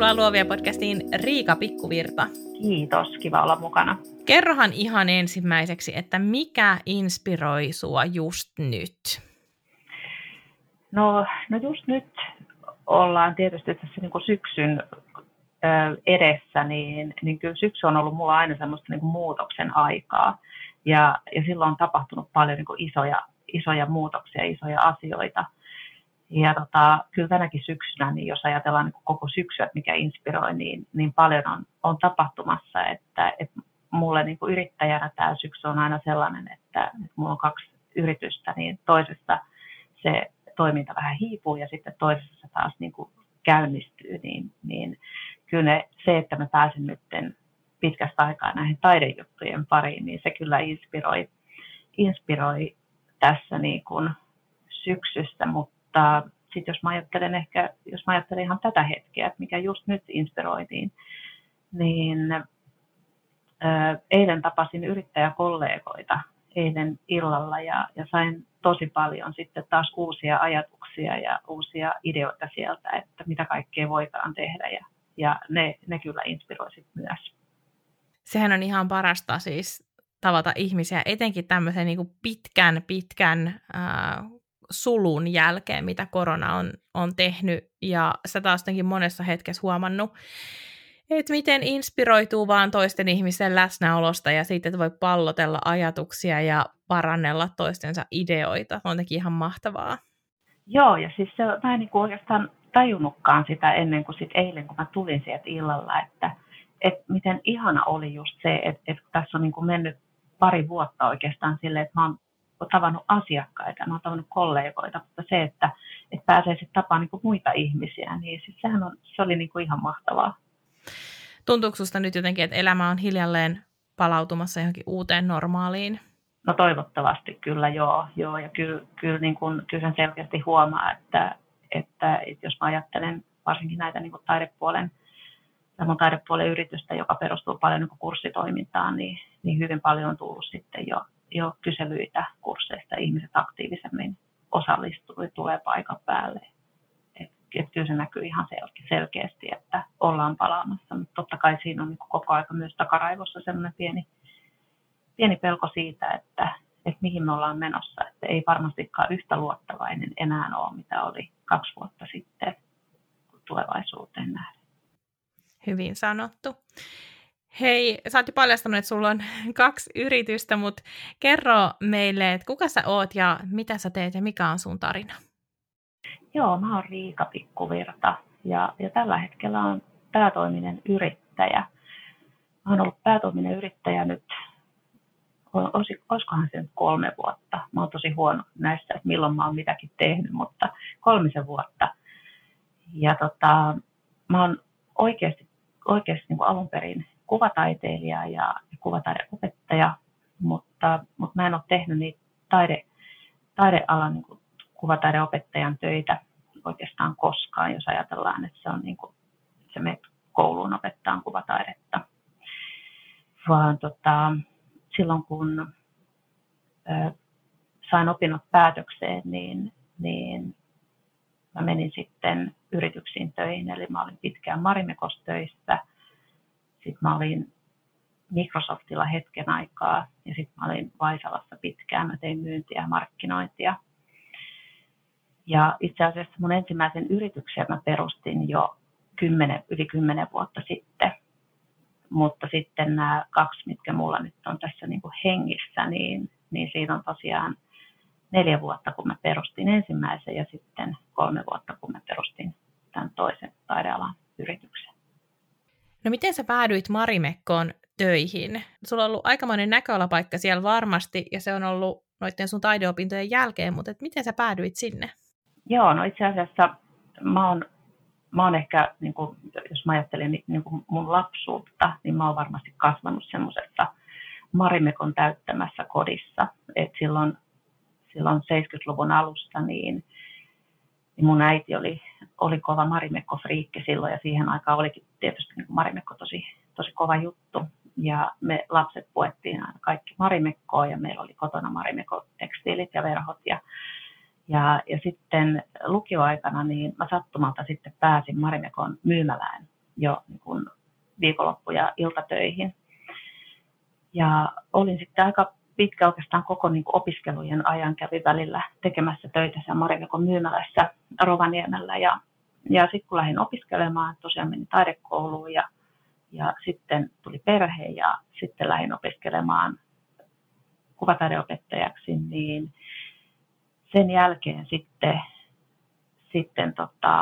Tervetuloa Luovia podcastiin Riika Pikkuvirta. Kiitos, kiva olla mukana. Kerrohan ihan ensimmäiseksi, että mikä inspiroi sua just nyt? No just nyt ollaan tietysti tässä niin kuin syksyn edessä, niin kyllä syksy on ollut mulla aina semmoista niin kuin muutoksen aikaa. Ja silloin on tapahtunut paljon niin kuin isoja muutoksia, isoja asioita. Ja kyllä tänäkin syksynä, niin jos ajatellaan niin koko syksyä, että mikä inspiroi, niin paljon on tapahtumassa. Että mulle niin kuin yrittäjänä tämä syksy on aina sellainen, että mulla on 2 yritystä, niin toisessa se toiminta vähän hiipuu ja sitten toisessa se taas niin kuin käynnistyy. Niin kyllä se, että mä pääsen nyt pitkästä aikaa näihin taidejuttujen pariin, niin se kyllä inspiroi tässä niin kuin syksystä, mutta sitten jos mä ajattelen ihan tätä hetkeä, että mikä just nyt inspiroi, niin eilen tapasin yrittäjäkollegoita eilen illalla ja sain tosi paljon sitten taas uusia ajatuksia ja uusia ideoita sieltä, että mitä kaikkea voidaan tehdä ja ne kyllä inspiroisit myös. Sehän on ihan parasta siis tavata ihmisiä, etenkin tämmöisen niin kuin pitkän sulun jälkeen, mitä korona on tehnyt, ja sä taas jotenkin monessa hetkessä huomannut, että miten inspiroituu vaan toisten ihmisten läsnäolosta ja siitä, että voi pallotella ajatuksia ja parannella toistensa ideoita. Se on jotenkin ihan mahtavaa. Joo, ja siis mä en niin oikeastaan tajunnutkaan sitä ennen kuin sit eilen, kun mä tulin sieltä illalla, että miten ihana oli just se, että tässä on niin kuin mennyt 2 vuotta oikeastaan silleen, että mä oon tavannut asiakkaita, mä oon tavannut kollegoita, mutta se, että pääsee sitten tapaamaan niin kuin muita ihmisiä, niin siis se oli niin kuin ihan mahtavaa. Tuntuuko susta nyt jotenkin, että elämä on hiljalleen palautumassa johonkin uuteen normaaliin? No toivottavasti kyllä joo ja kyllä sen selkeästi huomaa, että jos mä ajattelen varsinkin näitä niin kuin taidepuolen yritystä, joka perustuu paljon niin kuin kurssitoimintaan, niin hyvin paljon on tullut sitten jo kyselyitä kursseista, ihmiset aktiivisemmin osallistuu ja tulee paikan päälle. Että kyllä se näkyy ihan selkeästi, että ollaan palaamassa, mutta totta kai siinä on niin kuin koko aika myös takaraivossa sellainen pieni pelko siitä, että mihin me ollaan menossa, että ei varmastikaan yhtä luottavainen enää ole, mitä oli 2 vuotta sitten tulevaisuuteen nähden. Hyvin sanottu. Hei, sä oot jo paljastanut, että sulla on 2 yritystä, mutta kerro meille, että kuka sä oot ja mitä sä teet ja mikä on sun tarina? Joo, mä oon Riika Pikkuvirta ja tällä hetkellä on päätoiminen yrittäjä. Mä oon ollut päätoiminen yrittäjä nyt, olisikohan se nyt 3 vuotta. Mä oon tosi huono näissä, että milloin mä oon mitäkin tehnyt, mutta 3 vuotta. Ja mä oon oikeasti niin kuin alun perin kuvataiteilija ja kuvataideopettaja, mutta mä en ole tehnyt niitä taidealan niin kuin kuvataideopettajan töitä oikeastaan koskaan, jos ajatellaan, että se on niin kuin, se menet kouluun opettaa kuvataidetta. Vaan silloin kun sain opinnot päätökseen, niin mä menin sitten yrityksiin töihin, eli mä olin pitkään Marimekossa töissä, sitten mä olin Microsoftilla hetken aikaa ja sitten mä olin Vaisalassa pitkään, mä tein myyntiä ja markkinointia. Ja itse asiassa mun ensimmäisen yrityksen mä perustin jo yli 10 vuotta sitten, mutta sitten nämä 2, mitkä mulla nyt on tässä niin kuin hengissä, niin siitä on tosiaan 4 vuotta, kun mä perustin ensimmäisen ja sitten 3 vuotta, kun mä perustin tämän toisen taidealan yrityksen. No miten sä päädyit Marimekkoon töihin? Sulla on ollut aikamoinen näköalapaikka siellä varmasti ja se on ollut noiden sun taideopintojen jälkeen, mutta miten sä päädyit sinne? Joo, no itse asiassa mä oon ehkä, niin kuin, jos mä ajattelen niin kuin mun lapsuutta, niin mä oon varmasti kasvanut semmoisessa Marimekon täyttämässä kodissa. Et silloin 70-luvun alussa niin mun äiti oli kova Marimekko-friikki silloin ja siihen aikaan olikin tietysti niin kuin Marimekko tosi kova juttu. Ja me lapset puettiin aina kaikki Marimekkoa ja meillä oli kotona Marimekko-tekstiilit ja verhot ja sitten lukioaikana niin mä sattumalta sitten pääsin Marimekon myymälään jo niin kuin viikonloppu- ja iltatöihin. Ja olin sitten aika pitkä oikeastaan koko niin kuin opiskelujen ajan kävin välillä tekemässä töitä siellä Marimekon myymälässä Rovaniemellä. Ja sitten kun lähdin opiskelemaan, tosiaan menin taidekouluun ja sitten tuli perhe ja sitten lähdin opiskelemaan kuvataideopettajaksi, niin sen jälkeen sitten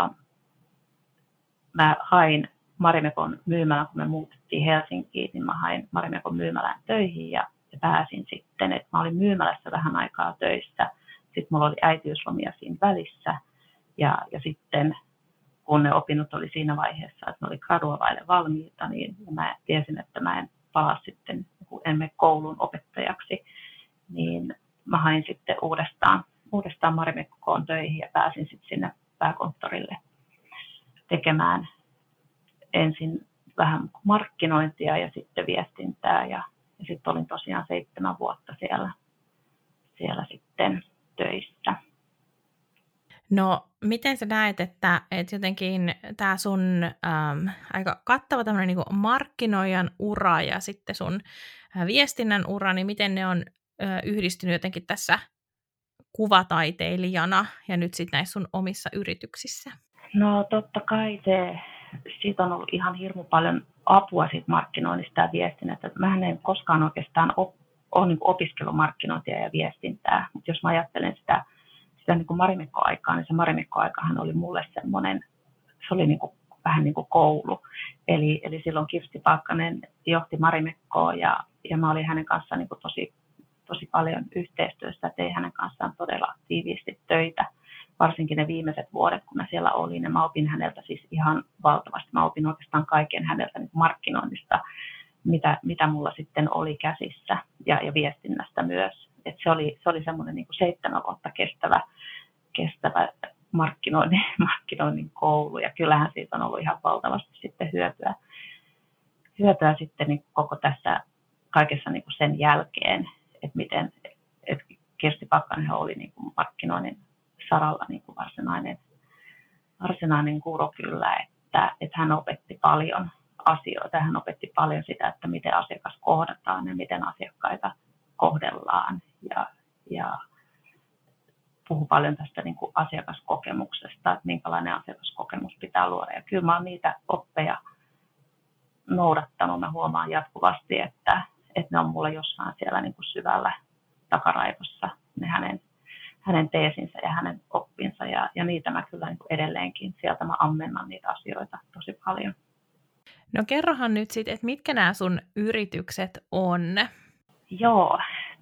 mä hain Marimekon myymälän, kun me muutettiin Helsinkiin, niin mä hain Marimekon myymälään töihin ja pääsin sitten, että mä olin myymälässä vähän aikaa töissä. Sitten mulla oli äitiyslomia siinä välissä ja sitten kun ne opinnot oli siinä vaiheessa, että ne oli gradua vaille valmiita, niin mä tiesin, että mä en palaa sitten, kun en mene koulun opettajaksi, niin mä hain sitten uudestaan Marimekkoon töihin ja pääsin sitten sinne pääkonttorille tekemään ensin vähän markkinointia ja sitten viestintää ja sitten olin tosiaan 7 vuotta siellä sitten töissä. No, miten sä näet, että jotenkin tämä sun aika kattava tämmöinen niin kuin markkinoijan ura ja sitten sun viestinnän ura, niin miten ne on yhdistynyt jotenkin tässä kuvataiteilijana ja nyt sitten näissä sun omissa yrityksissä? No totta kai siitä on ollut ihan hirmu paljon apua siitä markkinoinnista ja viestinnästä. Mähän en koskaan oikeastaan ole niin kuin opiskellut markkinointia ja viestintää, mutta jos mä ajattelen sitä niin kuin Marimekko-aikaa, niin se Marimekko-aikahan oli mulle semmoinen, se oli niin kuin, vähän niin kuin koulu. Eli silloin Kirsti Paakkanen johti Marimekkoa ja mä olin hänen kanssaan niin kuin tosi paljon yhteistyössä, tein hänen kanssaan todella tiiviisti töitä. Varsinkin ne viimeiset vuodet, kun mä siellä olin, ja mä opin häneltä siis ihan valtavasti. Mä opin oikeastaan kaiken häneltä niin markkinoinnista, mitä mulla sitten oli käsissä, ja viestinnästä myös. Et se oli semmoinen niin kuin 7 vuotta kestävä markkinoinnin koulu, ja kyllähän siitä on ollut ihan valtavasti sitten hyötyä sitten niin koko tässä kaikessa niin kuin sen jälkeen, että miten Kirsti Pakkanen oli niin kuin markkinoinnin saralla niin kuin varsinainen guru kyllä, että hän opetti paljon asioita. Hän opetti paljon sitä, että miten asiakas kohdataan ja miten asiakkaita kohdellaan ja puhui paljon tästä niin kuin asiakaskokemuksesta, että minkälainen asiakaskokemus pitää luoda. Ja kyllä mä oon niitä oppeja noudattanut. Mä huomaan jatkuvasti, että ne on mulla jossain siellä niin kuin syvällä takaraivossa, ne hänen teesinsä ja hänen oppinsa, ja niitä mä kyllä niin kuin edelleenkin, sieltä mä ammennan niitä asioita tosi paljon. No kerrohan nyt sitten, että mitkä nämä sun yritykset on? Joo,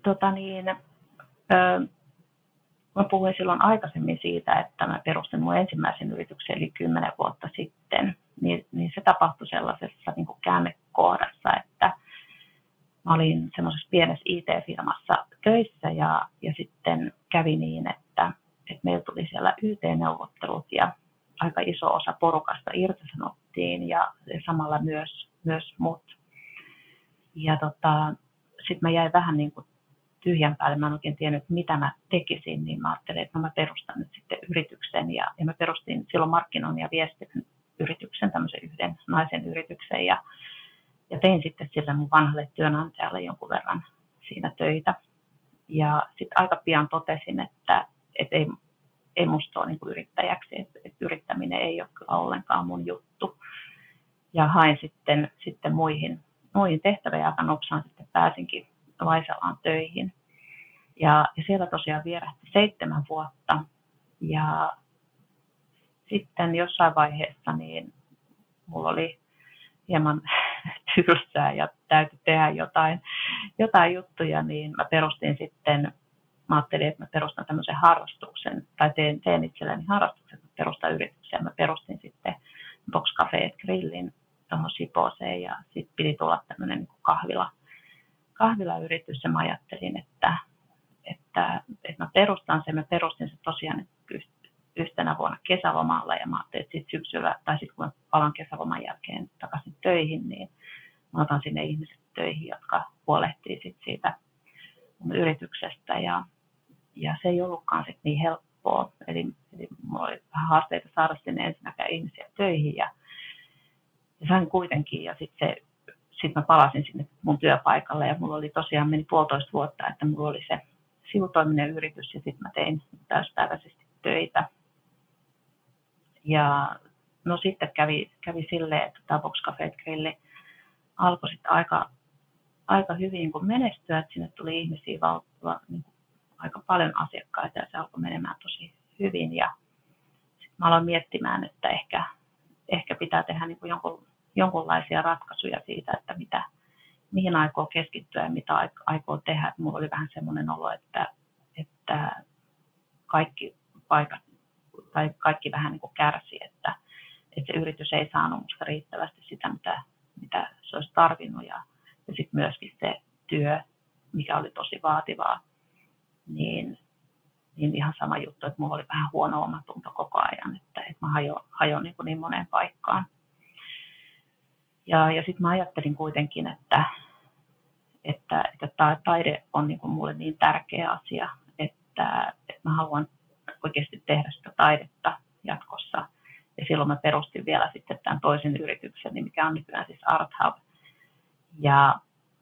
mä puhuin silloin aikaisemmin siitä, että mä perustin mun ensimmäisen yrityksen eli 10 vuotta sitten, niin se tapahtui sellaisessa niin kuin käännekohdassa, että mä olin semmoisessa pienessä IT-firmassa töissä ja sitten kävi niin, että meillä tuli siellä YT-neuvottelut ja aika iso osa porukasta irtisanottiin ja samalla myös mut. Ja sitten mä jäin vähän niin kuin tyhjän päälle, mä en oikein tiennyt, mitä mä tekisin, niin mä ajattelin, että mä perustan nyt sitten yrityksen ja mä perustin silloin markkinoinnin ja viestinnän yrityksen, tämmöisen yhden naisen yrityksen ja tein sitten sille mun vanhalle työnantajalle jonkun verran siinä töitä. Ja sitten aika pian totesin, että ei musta ole niin kuin yrittäjäksi, että yrittäminen ei ole kyllä ollenkaan mun juttu. Ja hain sitten muihin tehtäviin ja aika nopsaan sitten pääsinkin Vaisalaan töihin. Ja siellä tosiaan vierähti 7 vuotta. Ja sitten jossain vaiheessa niin mulla oli hieman tylsää ja täytyy tehdä jotain juttuja, niin mä perustin sitten, mä ajattelin, että mä perustan tämmöisen harrastuksen, tai teen itselleni harrastuksen, että perustan yrityksen. Mä perustin sitten Box Cafe Grillin tuohon Sipooseen, ja sitten piti tulla tämmöinen niin kahvilayritys, ja mä ajattelin, että mä perustan sen. Mä perustin sen tosiaan yhtenä vuonna kesälomalla, ja mä ajattelin, että sitten syksyllä, tai sitten kun mä palaan kesäloman jälkeen takaisin töihin, niin mä otan sinne ihmiset töihin, jotka huolehtii sitten siitä mun yrityksestä, ja se ei ollutkaan sitten niin helppoa, eli mulla oli vähän haasteita saada sinne ensinnäkään ihmisiä töihin, ja sain kuitenkin, ja sitten mä palasin sinne mun työpaikalle, ja mulla oli tosiaan meni 1,5 vuotta, että mulla oli se sivutoiminen yritys, ja sitten mä tein täyspäiväisesti töitä. Ja no sitten kävi silleen, että tämä Box Cafe Grilli alkoi sitten aika hyvin kun menestyä, että sinne tuli ihmisiä niin aika paljon asiakkaita, ja se alkoi menemään tosi hyvin. Ja sitten mä aloin miettimään, että ehkä pitää tehdä niin kuin jonkunlaisia ratkaisuja siitä, että mihin aikoo keskittyä ja mitä aikoo tehdä. Et mulla oli vähän semmoinen olo, että kaikki paikat tai kaikki vähän niin kuin kärsi, että se yritys ei saanut musta riittävästi sitä, mitä se olisi tarvinnut. Ja sitten myöskin se työ, mikä oli tosi vaativaa, niin ihan sama juttu, että mulla oli vähän huono omatunto koko ajan, että mä hajoin niin moneen paikkaan. Ja sitten mä ajattelin kuitenkin, että taide on niin kuin mulle niin tärkeä asia, että mä haluan oikeasti tehdä sitä taidetta jatkossa. Ja silloin mä perustin vielä sitten tämän toisen yrityksen, mikä on nykyään siis Art Hub. Ja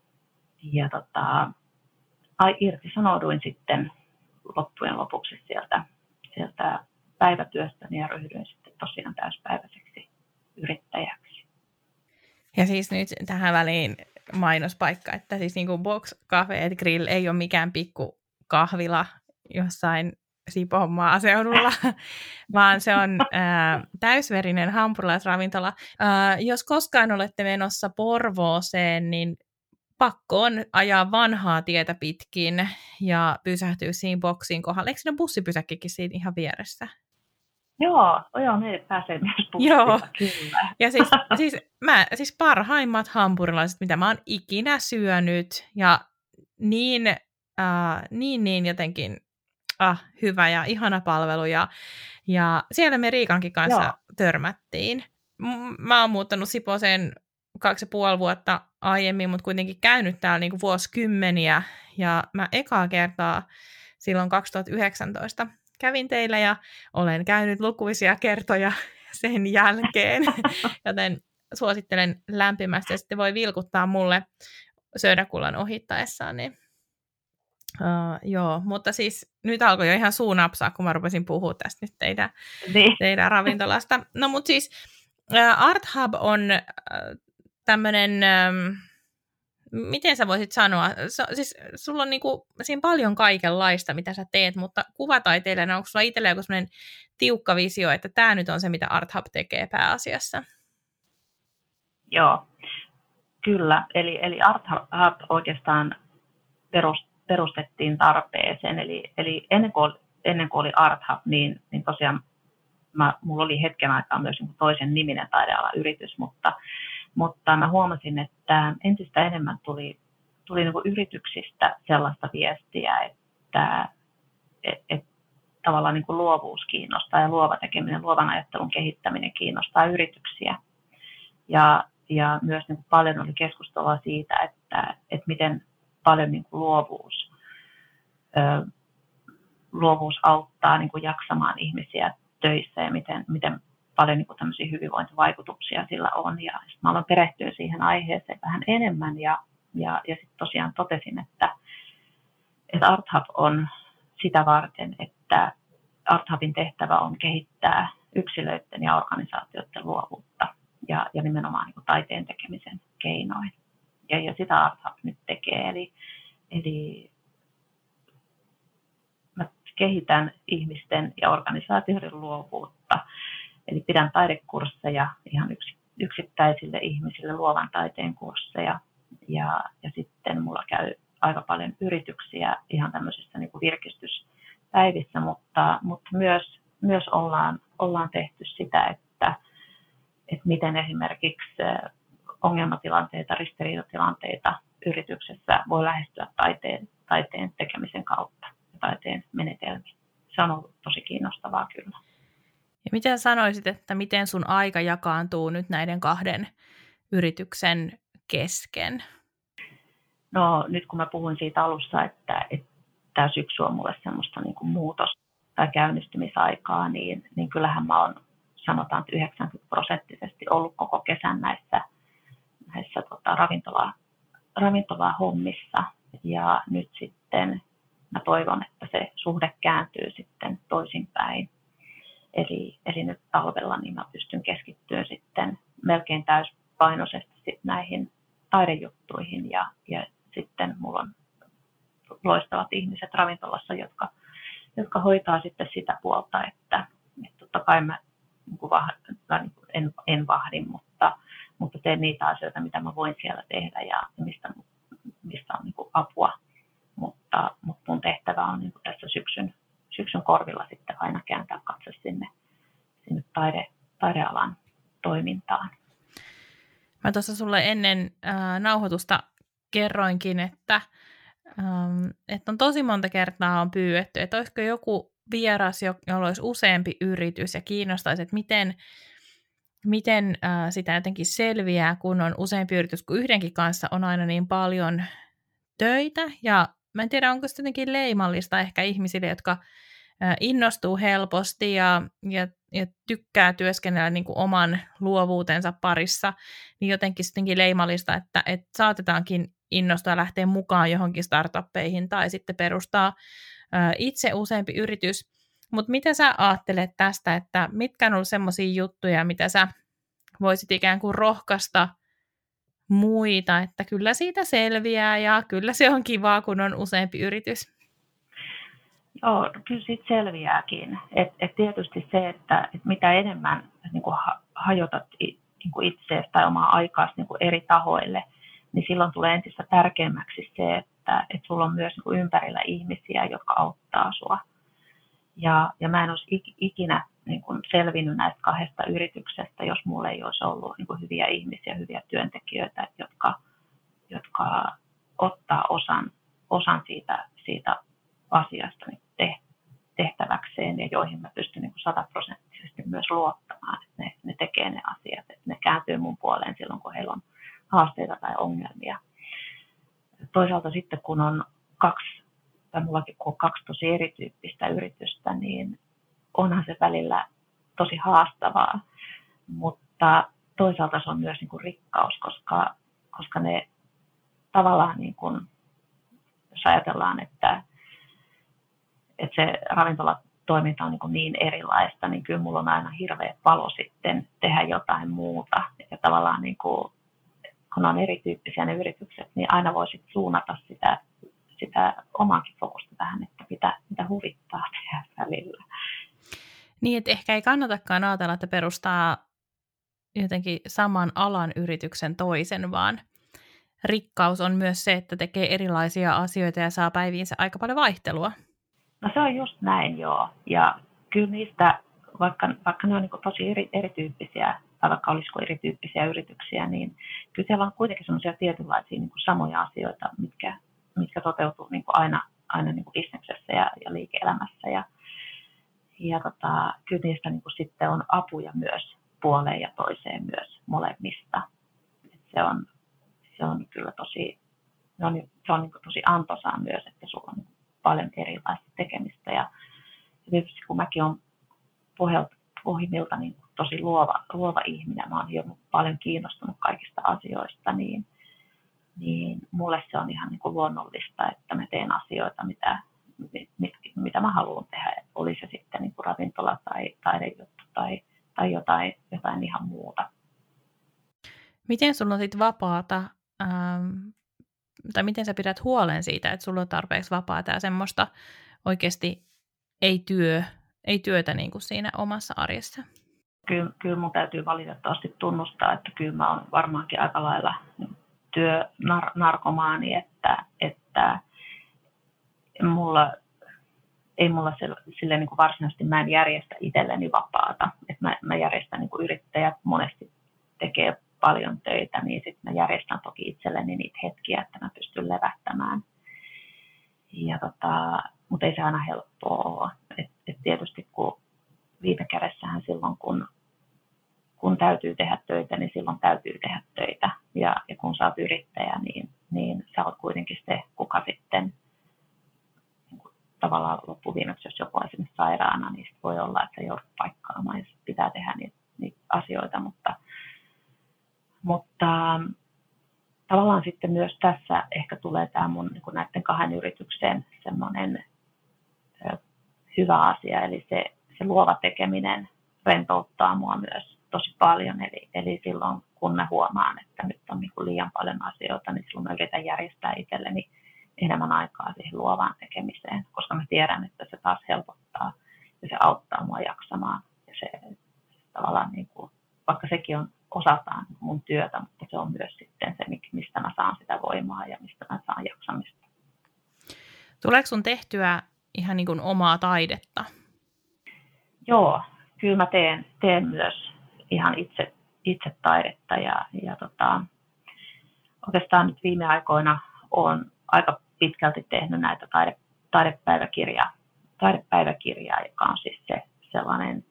irtisanouduin sitten loppujen lopuksi sieltä päivätyöstäni ja ryhdyin sitten tosiaan täyspäiväiseksi yrittäjäksi. Ja siis nyt tähän väliin mainospaikka, että siis niin kuin Box Cafe Grill ei ole mikään pikku kahvila jossain Sipoon maaseudulla, vaan se on täysverinen hampurilaisravintola. Jos koskaan olette menossa Porvooseen, niin pakko on ajaa vanhaa tietä pitkin ja pysähtyä siinä Boxin kohdalla. Eikö siinä bussipysäkkikin siinä ihan vieressä? Joo, ne pääsee myös bussilla, joo. Kyllä. Ja siis parhaimmat hampurilaiset, mitä mä oon ikinä syönyt, ja niin jotenkin hyvä ja ihana palvelu, ja siellä me Riikankin kanssa törmättiin. Mä oon muuttanut Sipooseen 2,5 vuotta aiemmin, mutta kuitenkin käynyt täällä niinku vuosikymmeniä, ja mä ekaa kertaa silloin 2019 kävin teillä, ja olen käynyt lukuisia kertoja sen jälkeen, joten suosittelen lämpimästi, ja sitten voi vilkuttaa mulle Söderkullan ohittaessaan, niin joo, mutta siis nyt alkoi jo ihan suu napsaa, kun mä rupesin puhua tästä nyt teidän ravintolasta. No mutta siis Art Hub on tämmöinen, miten sä voisit sanoa, siis sulla on niinku siinä paljon kaikenlaista, mitä sä teet, mutta kuvataiteilijana onko sulla itsellä joku semmoinen tiukka visio, että tämä nyt on se, mitä Art Hub tekee pääasiassa? Joo, kyllä. Eli Art Hub oikeastaan perustettiin tarpeeseen. Eli ennen kuin oli Art Hub, niin tosiaan mulla oli hetken aikaa myös toisen niminen taidealayritys, mutta mä huomasin, että entistä enemmän tuli niin kuin yrityksistä sellaista viestiä, että tavallaan niin kuin luovuus kiinnostaa ja luova tekeminen, luovan ajattelun kehittäminen kiinnostaa yrityksiä. Ja myös niin kuin paljon oli keskustelua siitä, että miten paljon niin kuin luovuus auttaa niin kuin jaksamaan ihmisiä töissä ja miten paljon niin kuin tämmöisiä hyvinvointivaikutuksia sillä on. Ja sitten mä aloin perehtyä siihen aiheeseen vähän enemmän ja sitten tosiaan totesin, että Art Hub on sitä varten, että Art Hubin tehtävä on kehittää yksilöiden ja organisaatioiden luovuutta ja nimenomaan niin kuin taiteen tekemisen keinoin. Ja sitä Art Hub nyt tekee, eli mä kehitän ihmisten ja organisaatioiden luovuutta, eli pidän taidekursseja ihan yksittäisille ihmisille, luovan taiteen kursseja, ja sitten mulla käy aika paljon yrityksiä ihan tämmöisissä niin kuin virkistyspäivissä, mutta myös ollaan tehty sitä, että miten esimerkiksi ongelmatilanteita, ristiriitatilanteita yrityksessä voi lähestyä taiteen tekemisen kautta ja taiteen menetelmiin. Se on ollut tosi kiinnostavaa kyllä. Ja miten sanoisit, että miten sun aika jakaantuu nyt näiden kahden yrityksen kesken? No nyt kun mä puhuin siitä alussa, että tämä syksy on mulle semmoista niin kuin muutos- tai käynnistymisaikaa, niin kyllähän mä oon sanotaan 90% ollut koko kesän näissä ravintola-hommissa. Ja nyt sitten mä toivon, että se suhde kääntyy sitten toisinpäin. Eli nyt talvella niin mä pystyn keskittymään sitten melkein täyspainoisesti näihin taidejuttuihin ja sitten mulla on loistavat ihmiset ravintolassa, jotka hoitaa sitten sitä puolta, että totta kai mä en vahdin, mutta teen niitä asioita, mitä mä voin siellä tehdä ja mistä on niin kuin apua. Mutta mun tehtävä on niin kuin tässä syksyn korvilla sitten aina kääntää katse sinne taidealan toimintaan. Mä tuossa sulle ennen nauhoitusta kerroinkin, että on tosi monta kertaa on pyydetty, että olisiko joku vieras, jolla olisi useampi yritys ja kiinnostaisi, että miten sitä jotenkin selviää, kun on useampi yritys, kun yhdenkin kanssa on aina niin paljon töitä. Ja mä en tiedä, onko se jotenkin leimallista ehkä ihmisille, jotka innostuu helposti ja tykkää työskennellä niin kuin oman luovuutensa parissa, niin jotenkin leimallista, että saatetaankin innostua lähteä mukaan johonkin startuppeihin tai sitten perustaa itse useampi yritys. Mutta mitä sä ajattelet tästä, että mitkä on ollut semmoisia juttuja, mitä sä voisit ikään kuin rohkaista muita, että kyllä siitä selviää ja kyllä se on kivaa, kun on useampi yritys? Joo, kyllä siitä selviääkin. Et tietysti se, että mitä enemmän niin kuin hajotat niin kuin itseäsi tai omaa aikaasi niin kuin eri tahoille, niin silloin tulee entistä tärkeämmäksi se, että sulla on myös niin kuin ympärillä ihmisiä, jotka auttaa sua. Ja mä en olisi ikinä niin kuin selvinnyt näistä 2 yrityksestä, jos mulla ei olisi ollut niin kuin hyviä ihmisiä, hyviä työntekijöitä, jotka ottaa osan siitä asiasta niin tehtäväkseen ja joihin mä pystyn niin kuin 100% myös luottamaan, että ne tekee ne asiat, että ne kääntyy mun puoleen silloin, kun heillä on haasteita tai ongelmia. Toisaalta sitten, kun on mullakin kun on 2 tosi erityyppistä yritystä, niin onhan se välillä tosi haastavaa, mutta toisaalta se on myös niin kuin rikkaus, koska ne tavallaan, niin kuin, jos ajatellaan, että se ravintolatoiminta on niin erilaista, niin kyllä mulla on aina hirveä palo sitten tehdä jotain muuta. Ja tavallaan niin kuin, kun on erityyppisiä ne yritykset, niin aina voi sitten suunnata sitä omaakin fokusta tähän, että mitä huvittaa tehdä välillä. Niin, että ehkä ei kannatakaan ajatella, että perustaa jotenkin saman alan yrityksen toisen, vaan rikkaus on myös se, että tekee erilaisia asioita ja saa päiviinsä aika paljon vaihtelua. No se on just näin, joo. Ja kyllä niistä, vaikka ne on niin kuin tosi erityyppisiä, tai vaikka olisiko erityyppisiä yrityksiä, niin kyllä siellä on kuitenkin sellaisia tietynlaisia niin kuin samoja asioita, mitkä toteutuu niin kuin aina niin kuin bisneksessä ja liike-elämässä. Ja kyllä niistä niin kuin sitten on apuja myös puoleen ja toiseen myös molemmista. Se on kyllä tosi, se on niin kuin tosi antoisaa myös, että sulla on paljon erilaista tekemistä. Ja tietysti kun mäkin olen pohjimmilta niin tosi luova ihminen, mä oon jo paljon kiinnostunut kaikista asioista, niin mulle se on ihan niin kuin luonnollista, että mä teen asioita, mitä mä haluan tehdä. Oli se sitten niin kuin ravintola tai taidejuttu tai jotain ihan muuta. Miten sulla on sitten vapaata, tai miten sä pidät huolen siitä, että sulla on tarpeeksi vapaata ja semmoista oikeasti ei työtä niin kuin siinä omassa arjessa? Kyllä mun täytyy valitettavasti tunnustaa, että kyllä mä oon varmaankin aika lailla työnarkomaani, että ei mulla sille niin kuin varsinaisesti mä en järjestä itselleni vapaata. Että mä järjestän, niin kuin yrittäjät monesti tekee paljon töitä, niin sitten mä järjestän toki itselleni niitä hetkiä, että mä pystyn levättämään. Mutta ei se aina helppoa ole. Et tietysti kun viime kädessähän silloin, kun täytyy tehdä töitä, niin silloin täytyy tehdä töitä. Ja kun sä oot yrittäjä, niin sä oot kuitenkin se, kuka sitten tavallaan loppuviimeksi, jos joku on esimerkiksi sairaana, niin voi olla, että sä joudut paikkaamaan ja pitää tehdä niitä myös tässä ehkä tulee tämä mun niin kuin näiden 2 yrityksen semmoinen hyvä asia, eli se luova tekeminen rentouttaa mua myös tosi paljon. Eli silloin, kun mä huomaan, että nyt on niin kuin liian paljon asioita, niin silloin mä yritän järjestää itselleni enemmän aikaa siihen luovaan tekemiseen, koska mä tiedän, että se taas helpottaa ja se auttaa mua jaksamaan. Ja se tavallaan, niin kuin, vaikka sekin on osaltaan mun työtä, mutta se on myös sitten se, mistä mä saan sitä voimaa ja mistä mä saan jaksamista. Tuleeko sun tehtyä ihan niin kuin omaa taidetta? Joo, kyllä mä teen myös ihan itse taidetta ja oikeastaan nyt viime aikoina olen aika pitkälti tehnyt näitä taidepäiväkirjaa, joka on siis se sellainen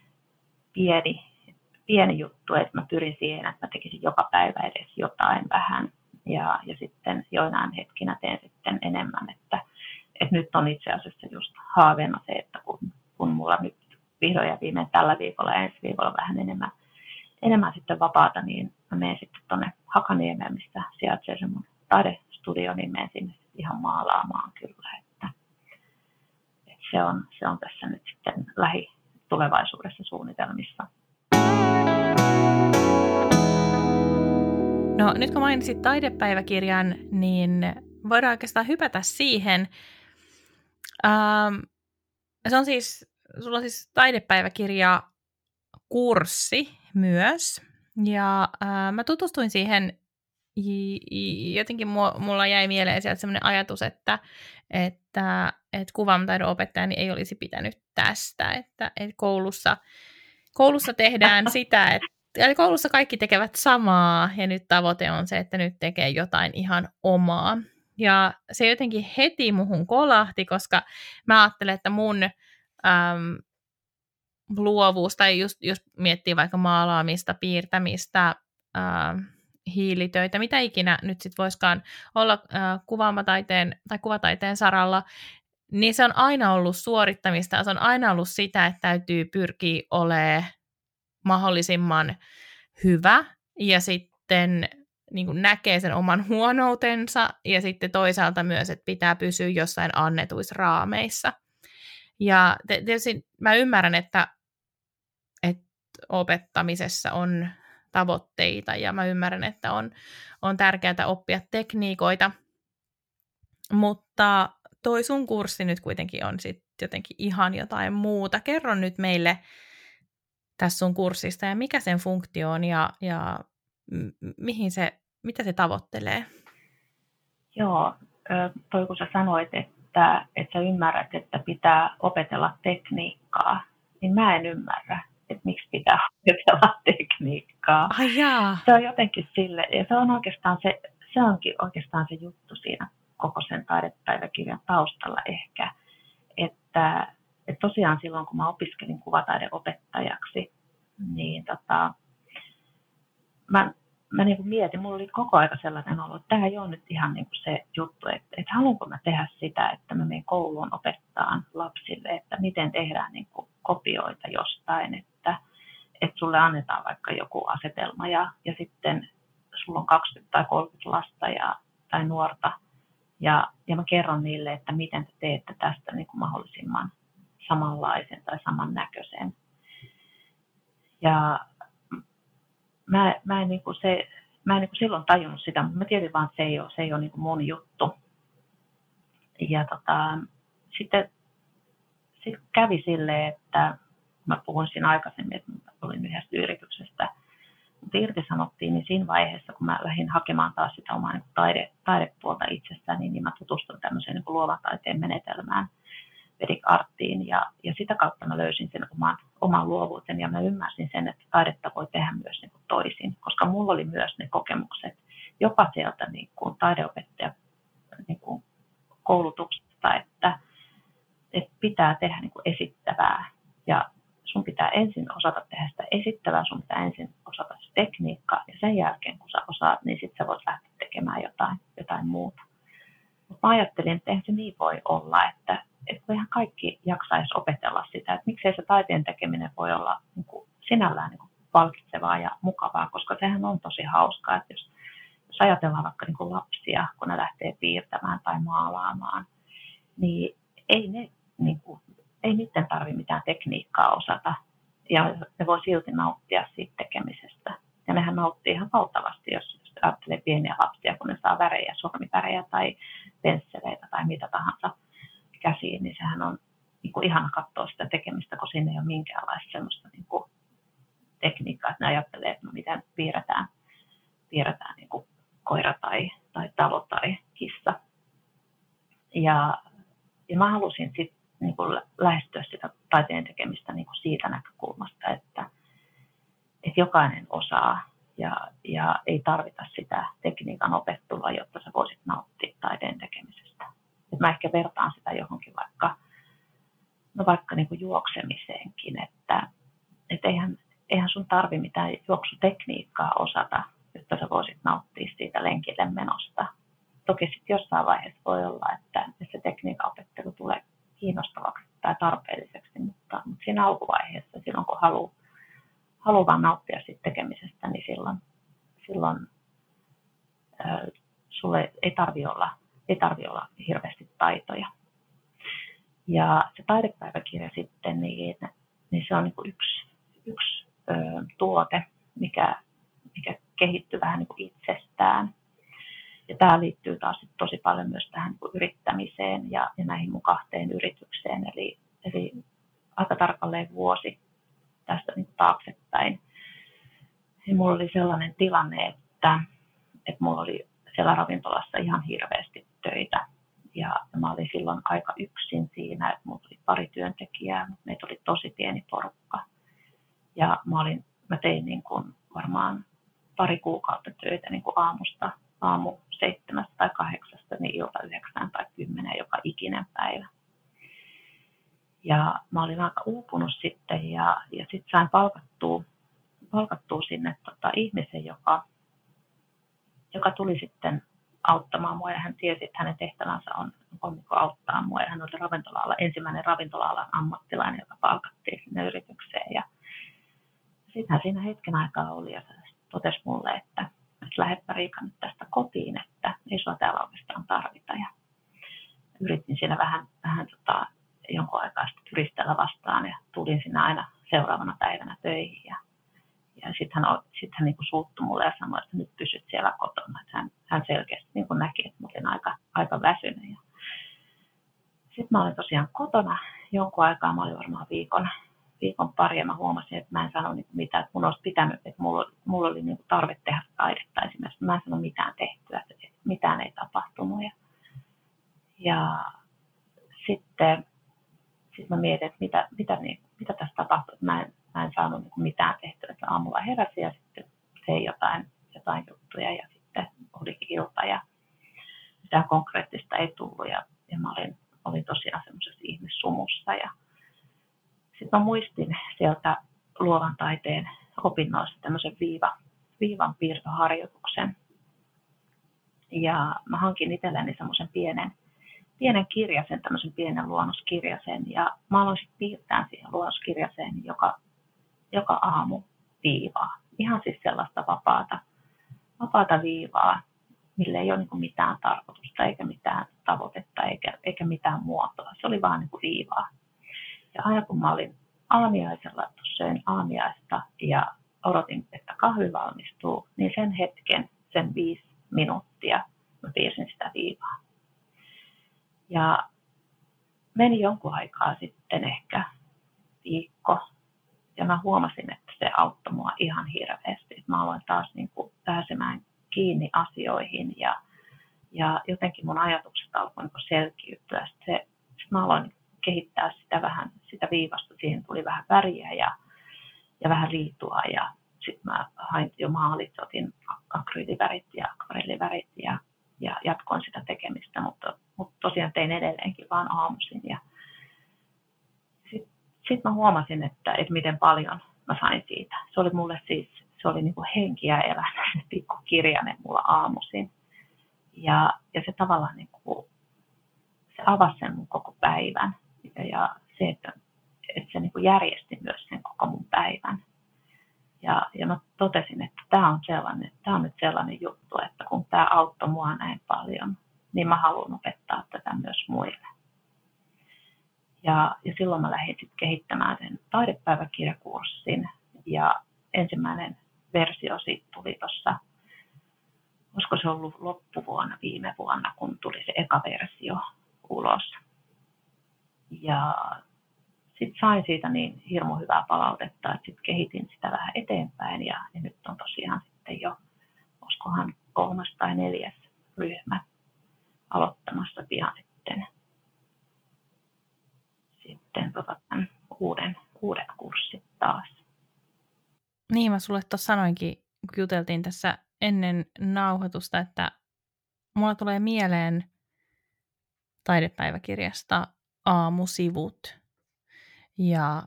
pieni juttu, että mä pyrin siihen, että mä tekisin joka päivä edes jotain vähän ja sitten joinain hetkinä teen sitten enemmän, että nyt on itse asiassa just haaveena se, että kun mulla nyt vihdoin ja viimein tällä viikolla ja ensi viikolla vähän enemmän sitten vapaata, niin mä menen sitten tuonne Hakaniemeen, mistä sijaitsee se mun taidestudio, niin menen sinne ihan maalaamaan kyllä, että se on tässä nyt sitten lähitulevaisuudessa suunnitelmissa. No nyt kun mainitsit taidepäiväkirjan, niin voidaan oikeastaan hypätä siihen. Se on siis, sulla on siis taidepäiväkirja kurssi myös, ja mä tutustuin siihen, jotenkin mulla jäi mieleen sieltä sellainen ajatus, että kuvaamataidon opettajani ei olisi pitänyt tästä, että koulussa tehdään sitä, eli koulussa kaikki tekevät samaa, ja nyt tavoite on se, että nyt tekee jotain ihan omaa. Ja se jotenkin heti muhun kolahti, koska mä ajattelen, että mun luovuus, tai just jos miettii vaikka maalaamista, piirtämistä, hiilitöitä, mitä ikinä nyt sitten voisikaan olla kuvaamataiteen tai kuvataiteen saralla, niin se on aina ollut suorittamista, se on aina ollut sitä, että täytyy pyrkiä olemaan mahdollisimman hyvä, ja sitten niin kuin näkee sen oman huonoutensa, ja sitten toisaalta myös, että pitää pysyä jossain annetuissa raameissa. Ja tietysti mä ymmärrän, että opettamisessa on tavoitteita, ja mä ymmärrän, että on tärkeää oppia tekniikoita, mutta toi sun kurssi nyt kuitenkin on sitten jotenkin ihan jotain muuta. Kerro nyt meille tässä sun kurssista, ja mikä sen funktio on, ja mitä se tavoittelee? Joo, toi kun sä sanoit, että sä ymmärrät, että pitää opetella tekniikkaa, niin mä en ymmärrä, että miksi pitää opetella tekniikkaa. Ai jaa. Se on jotenkin sille, ja se onkin oikeastaan se juttu siinä koko sen taidepäiväkirjan taustalla ehkä, että tosiaan silloin, kun mä opiskelin kuvataideopettajaksi, niin mä niin kuin mietin, mulla oli koko ajan sellainen olo, että tämä ei ole nyt ihan niin kuin se juttu, että haluanko mä tehdä sitä, että mä menen kouluun opettaan lapsille, että miten tehdään niin kuin kopioita jostain, että sulle annetaan vaikka joku asetelma ja sitten sulla on 20 tai 30 lasta tai nuorta ja mä kerron niille, että miten te teette tästä niin kuin mahdollisimman samanlaisen tai samannäköisen. Ja mä en niin kuin silloin tajunnut sitä, mutta mä tiedin vaan, että se ei ole niin kuin mun juttu. Ja sitten kävi silleen, että mä puhuin siinä aikaisemmin, että mä olin yhdestä yrityksestä, mutta irtisanottiin, niin siinä vaiheessa, kun mä lähdin hakemaan taas sitä omaa niin taidepuolta itsessäni, niin mä tutustuin tämmöiseen niin kuin luovan taiteen menetelmään, Vedic Artiin, ja sitä kautta mä löysin sen oman luovuuden, ja mä ymmärsin sen, että taidetta voi tehdä myös niin kuin toisin, koska mulla oli myös ne kokemukset jopa sieltä niin kuin taideopettaja niin kuin koulutuksesta, että pitää tehdä niin kuin esittävää, ja sun pitää ensin osata tehdä sitä esittävää, sun pitää ensin osata se tekniikka, ja sen jälkeen kun sä osaat, niin sitten sä voit lähteä tekemään jotain muuta. Mutta mä ajattelin, että eihän se niin voi olla, että ihan kaikki jaksaisi opetella sitä, että miksei se taiteen tekeminen voi olla niin kuin sinällään niin kuin palkitsevaa ja mukavaa, koska sehän on tosi hauskaa, että jos ajatellaan vaikka niin kuin lapsia, kun ne lähtee piirtämään tai maalaamaan, niin ei niiden tarvitse mitään tekniikkaa osata. Ja ne voi silti nauttia siitä tekemisestä. Ja nehän nauttii ihan valtavasti, jos ajattelee pieniä lapsia, kun ne saa värejä, sormivärejä tai pensseleitä tai mitä tahansa käsiin, niin sehän on niin kuin ihana katsoa sitä tekemistä, kun siinä ei ole minkäänlaista semmoista niin kuin tekniikkaa, että ne ajattelee, että no miten piirretään niin kuin koira tai talo tai kissa. Ja mä halusin sitten niin kuin lähestyä sitä taiteen tekemistä niin kuin siitä näkökulmasta, että jokainen osaa ja ei tarvita sitä tekniikan opettelua, jotta sä voisit nauttia taiteen tekemisestä. Et mä ehkä vertaan sitä johonkin vaikka niin kuin juoksemiseenkin, että eihän sun tarvi mitään juoksutekniikkaa osata, jotta sä voisit nauttia siitä lenkille menosta. Toki sitten jossain vaiheessa voi olla, että se tekniikan opettelu tulee kiinnostavaksi tai tarpeelliseksi, mutta siinä alkuvaiheessa, silloin kun haluaa vaan nauttia siitä tekemisestä, niin silloin sulle ei tarvi olla hirveästi taitoja. Ja se taidepäiväkirja sitten, niin se on niin kuin yksi tuote, mikä kehittyy vähän niin kuin itsestään. Ja tämä liittyy taas tosi paljon myös tähän niin kuin yrittämiseen ja näihin mun 2 yritykseen. Eli aika tarkalleen vuosi tästä niin kuin taaksepäin. Ja mulla oli sellainen tilanne, että mulla oli siellä ravintolassa ihan hirveästi töitä. Ja mä olin silloin aika yksin siinä, että mulla oli 2 työntekijää, mutta meitä oli tosi pieni porukka. Ja mä tein niin kuin varmaan 2 kuukautta töitä niin kuin aamu 7 tai 8, niin ilta 9 tai 10 joka ikinen päivä. Ja mä olin aika uupunut sitten ja sitten sain palkattua sinne ihmisen, joka tuli sitten auttamaan mua ja hän tiesi, että hänen tehtävänsä on auttaa mua. Ja hän oli ensimmäinen ravintola-alan ammattilainen, joka palkattiin sinne yritykseen. Ja sitten hän siinä hetken aikaa oli ja totesi mulle, että lähdepä Riikka nyt tästä kotiin, että ei sua täällä oikeastaan tarvita. Ja yritin siinä vähän jonkun aikaa sitten turistella vastaan ja tulin siinä aina seuraavana päivänä töihin. Ja sitten hän niin kuin suuttui mulle ja sanoi, että nyt pysyt siellä kotona. Että hän selkeästi niin kuin näki, että mä olin aika väsynyt. Sitten mä olin tosiaan kotona jonkun aikaa. Mä olin varmaan viikon pari ja mä huomasin, että mä en sano niin mitään. Että mun olisi pitänyt, että mulla oli niin kuin tarve tehdä taidetta esimerkiksi. Mä en sano mitään tehtyä, että mitään ei tapahtunut. Ja sitten mä mietin, että mitä tässä tapahtui. Mä en saanut niin mitään tehtyä, että aamulla heräsin ja sitten tein jotain juttuja ja sitten olikin ilta ja mitään konkreettista ei tullut ja mä olin tosiaan semmoisessa ihmissumussa ja sitten mä muistin sieltä luovan taiteen opinnoista tämmöisen viivan piirtoharjoituksen ja mä hankin itselleni semmoisen pienen kirjasen, tämmöisen pienen luonnoskirjasen ja mä aloin sitten piirtää siihen luonnoskirjaseen joka aamu viivaa. Ihan siis sellaista vapaata viivaa, millä ei ole niin kuin mitään tarkoitusta eikä mitään tavoitetta eikä mitään muotoa. Se oli vaan niin kuin viivaa. Ja aina kun mä olin aamiaisella, söin aamiaista ja odotin, että kahvi valmistuu, niin sen hetken, sen 5 minuuttia, mä piirsin sitä viivaa. Ja meni jonkun aikaa sitten ehkä viikko. Ja mä huomasin, että se auttoi mua ihan hirveästi. Mä aloin taas niin kuin pääsemään kiinni asioihin ja jotenkin mun ajatukset alkoi niin kuin selkiytyä. Sitten mä aloin kehittää sitä viivasta. Siihen tuli vähän väriä ja vähän riitua. Ja sitten mä hain jo maalit, otin akryylivärit ja akvarellivärit ja jatkoin sitä tekemistä. Mutta tosiaan tein edelleenkin vaan aamuisin. Ja sitten mä huomasin, että miten paljon mä sain siitä. Se oli mulle siis, se oli niin kuin henki ja elämä, se pikku kirjanen mulla aamuisin. Ja se tavallaan niin kuin, se avasi sen mun koko päivän. Ja se, että se niin kuin järjesti myös sen koko mun päivän. Ja mä totesin, että tämä on nyt sellainen juttu, että kun tämä auttoi mua näin paljon, niin mä haluan opettaa tätä myös muille. Ja silloin mä lähdin sitten kehittämään sen taidepäiväkirjakurssin, ja ensimmäinen versio siitä tuli tuossa, olisiko se ollut loppuvuonna, viime vuonna, kun tuli se eka versio ulos. Ja sitten sain siitä niin hirmu hyvää palautetta, että sitten kehitin sitä vähän eteenpäin, ja nyt on tosiaan sitten jo, olisikohan 3. tai 4. ryhmä aloittamassa pian sitten tämän uudet kurssit taas. Niin, mä sulle tuossa sanoinkin, kun juteltiin tässä ennen nauhoitusta, että mulla tulee mieleen taidepäiväkirjasta aamusivut. Ja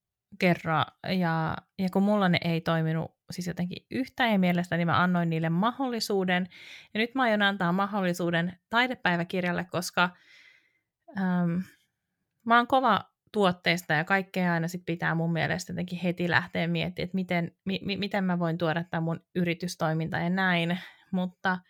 kun mulla ne ei toiminut siis jotenkin yhtään ja mielestäni mä annoin niille mahdollisuuden. Ja nyt mä aion antaa mahdollisuuden taidepäiväkirjalle, koska mä oon kova tuotteista ja kaikkea aina sit pitää mun mielestä jotenkin heti lähteä miettimään, että miten mä voin tuoda tämän mun yritystoiminta ja näin. Mutta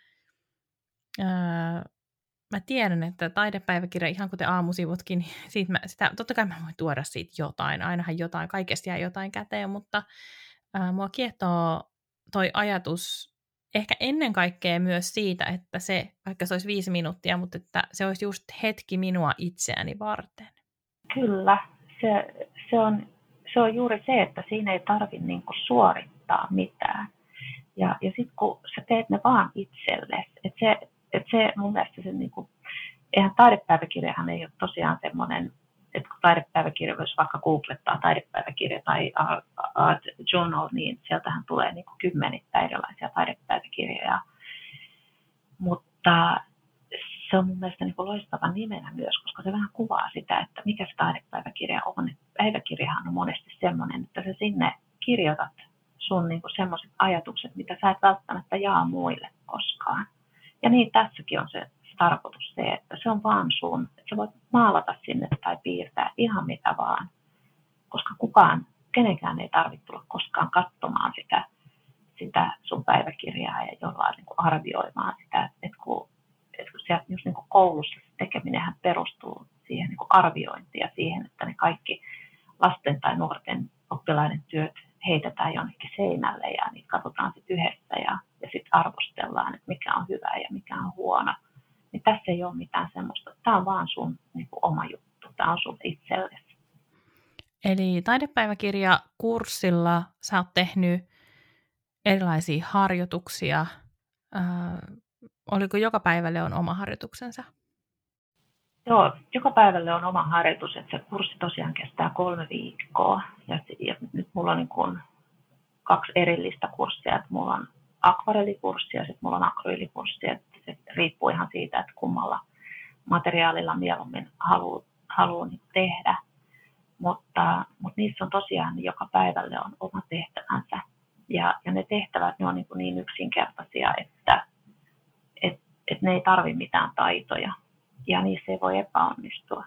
mä tiedän, että taidepäiväkirja, ihan kuten aamusivutkin, niin totta kai mä voin tuoda siitä jotain, ainahan jotain, kaikesta jää jotain käteen, mutta mua kiehtoo toi ajatus ehkä ennen kaikkea myös siitä, että se, vaikka se olisi 5 minuuttia, mutta että se olisi just hetki minua itseäni varten. Kyllä, se on juuri se, että siinä ei tarvitse niinku suorittaa mitään. Ja sitten kun sä teet ne vaan itsellesi, että se mun mielestä se niinku, eihän taidepäiväkirjahan ei ole tosiaan semmoinen, että kun taidepäiväkirja, jos vaikka googlettaa taidepäiväkirja tai art journal, niin sieltähän tulee niinku kymmenittäin erilaisia taidepäiväkirjoja. Mutta se on mun mielestä niinku loistava nimenä myös, koska se vähän kuvaa sitä, että mikä se taidepäiväkirja on. Päiväkirjahan on monesti semmoinen, että sä sinne kirjoitat sun niinku semmoiset ajatukset, mitä sä et välttämättä jaa muille koskaan. Ja niin tässäkin on se tarkoitus se, että se on vaan sun, että sä voit maalata sinne tai piirtää ihan mitä vaan, koska kenenkään ei tarvitse tulla koskaan katsomaan sitä sun päiväkirjaa ja jollain niin kuin arvioimaan sitä, että kun sieltä just niin kuin koulussa se tekeminenhän perustuu siihen niin kuin arviointiin ja siihen, että ne kaikki lasten tai nuorten oppilaiden työt heitetään jonnekin seinälle ja niitä katsotaan sitten yhdessä ja sitten arvostellaan, että mikä on hyvä ja mikä on huono. Niin tässä ei ole mitään semmoista. Tämä on vaan sun niin kuin oma juttu. Tämä on sun itsellesi. Eli taidepäiväkirjakurssilla sä oot tehnyt erilaisia harjoituksia. Oliko joka päivälle on oma harjoituksensa? Joo, joka päivälle on oma harjoitus. Että se kurssi tosiaan kestää 3 viikkoa. Ja nyt mulla on niin kuin 2 erillistä kurssia. Että mulla on akvarellikurssi ja sitten mulla on akryyllikurssi. Se riippuu ihan siitä, että kummalla materiaalilla mieluummin haluaa tehdä. Mutta niissä on tosiaan joka päivälle on oma tehtävänsä. Ja ne tehtävät ne on niin yksinkertaisia, että ne ei tarvitse mitään taitoja. Ja niissä ei voi epäonnistua.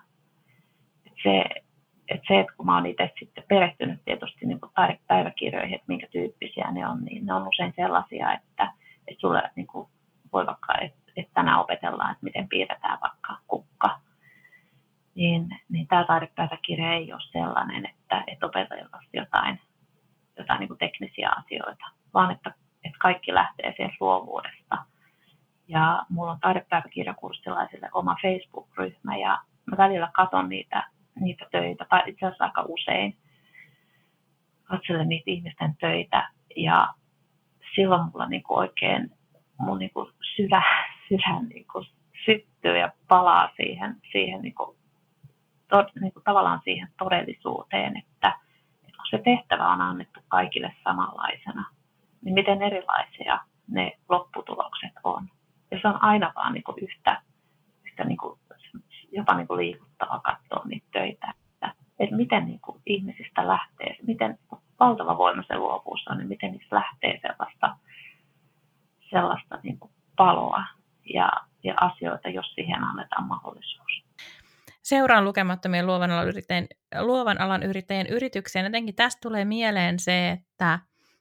Että kun mä oon itse sitten perehtynyt tietysti niin kuin taidepäiväkirjoihin, että minkä tyyppisiä ne on, niin ne on usein sellaisia, että sulle niin kuin voi vaikka, että tänään opetellaan, että miten piirretään vaikka kukka. Niin tämä taidepäiväkirja ei ole sellainen, että opetellaan jotain niin kuin teknisiä asioita, vaan että kaikki lähtee sen luovuudesta. Ja mulla on taidepäiväkirjakurssilaisille oma Facebook-ryhmä ja mä välillä katson niitä töitä, tai itse asiassa aika usein katselen niitä ihmisten töitä ja silloin mulla niinku oikein mun niinku sydän niinku syttyy ja palaa siihen niinku tavallaan siihen todellisuuteen, että kun se tehtävä on annettu kaikille samanlaisena, niin miten erilaisia ne lopputulokset on. Ja se on aina vaan niinku yhtä niinku, jopa niinku liikuttavaa katsoa niitä töitä, että miten niinku ihmisistä lähtee, miten valtava voima se luovuus on, niin miten niistä lähtee sellaista niinku paloa ja asioita, jos siihen annetaan mahdollisuus. Seuraan lukemattomien luovan alan yrittäjien yrityksiä. Jotenkin tästä tulee mieleen se, että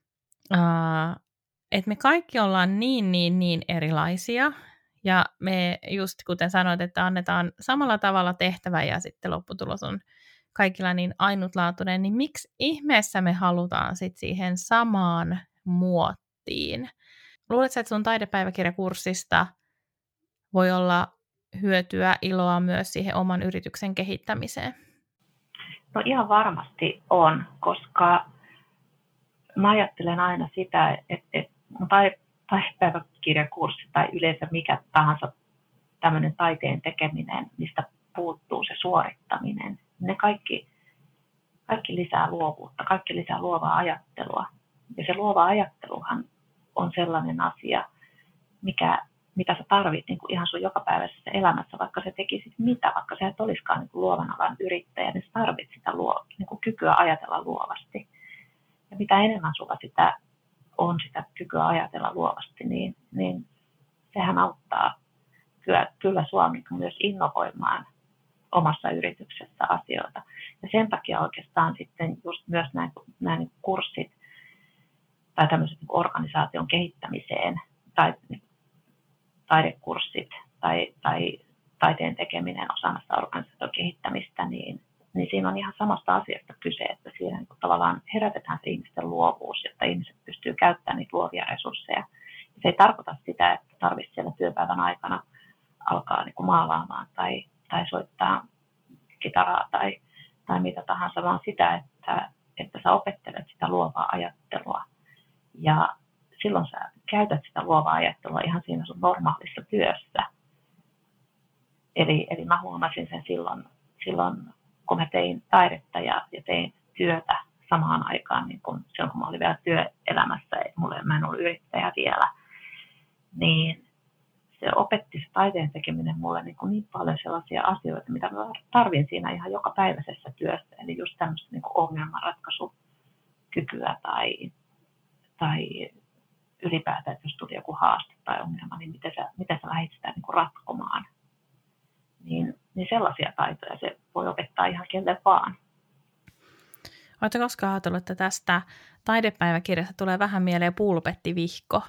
että me kaikki ollaan niin erilaisia. Ja me just kuten sanoit, että annetaan samalla tavalla tehtävä ja sitten lopputulos on kaikilla niin ainutlaatuinen, niin miksi ihmeessä me halutaan sitten siihen samaan muottiin? Luuletko, että sun taidepäiväkirjakurssista voi olla hyötyä, iloa myös siihen oman yrityksen kehittämiseen? No ihan varmasti on, koska mä ajattelen aina sitä, että taidepäiväkirjakurssi tai yleensä mikä tahansa tämmöinen taiteen tekeminen, mistä puuttuu se suorittaminen, ne kaikki lisää luovuutta, kaikki lisää luovaa ajattelua. Ja se luova ajatteluhan on sellainen asia, mitä sä tarvit niin kuin ihan sun jokapäiväisessä elämässä, vaikka sä tekisit mitä, vaikka sä et olisikaan niin kuin luovan alan yrittäjä, niin sä tarvit sitä niin kuin kykyä ajatella luovasti. Ja mitä enemmän sulla sitä on sitä kykyä ajatella luovasti, niin sehän auttaa kyllä sua niin kuin myös innovoimaan omassa yrityksessä asioita. Ja sen takia oikeastaan sitten just myös nämä niin kurssit tai tämmöiset niin organisaation kehittämiseen tai taidekurssit tai taiteen tekeminen osana sitä organisaation kehittämistä, niin siinä on ihan samasta asiasta kyse, että siinä niin tavallaan herätetään se ihmisten luovuus, jotta ihmiset pystyy käyttämään niitä luovia resursseja. Se ei tarkoita sitä, että tarvitsisi siellä työpäivän aikana alkaa niin kuin maalaamaan tai soittaa kitaraa tai mitä tahansa, vaan sitä, että sä opettelet sitä luovaa ajattelua. Ja silloin sä käytät sitä luovaa ajattelua ihan siinä sun normaalissa työssä. Eli mä huomasin sen silloin kun mä tein taidetta ja tein työtä samaan aikaan, niin kun silloin kun mä olin vielä työelämässä, mä en ollut yrittäjä vielä, niin se opetti se taiteen tekeminen mulle niin paljon sellaisia asioita, mitä mä tarvin siinä ihan jokapäiväisessä työssä. Eli just tämmöistä niin ongelmanratkaisukykyä tai ylipäätään, että jos tuli joku haaste tai ongelma, niin miten sä lähdit sitä niin ratkomaan. Niin sellaisia taitoja se voi opettaa ihan kelle vaan. Oletko koskaan ajatellut, että tästä taidepäiväkirjasta tulee vähän mieleen pulpettivihko?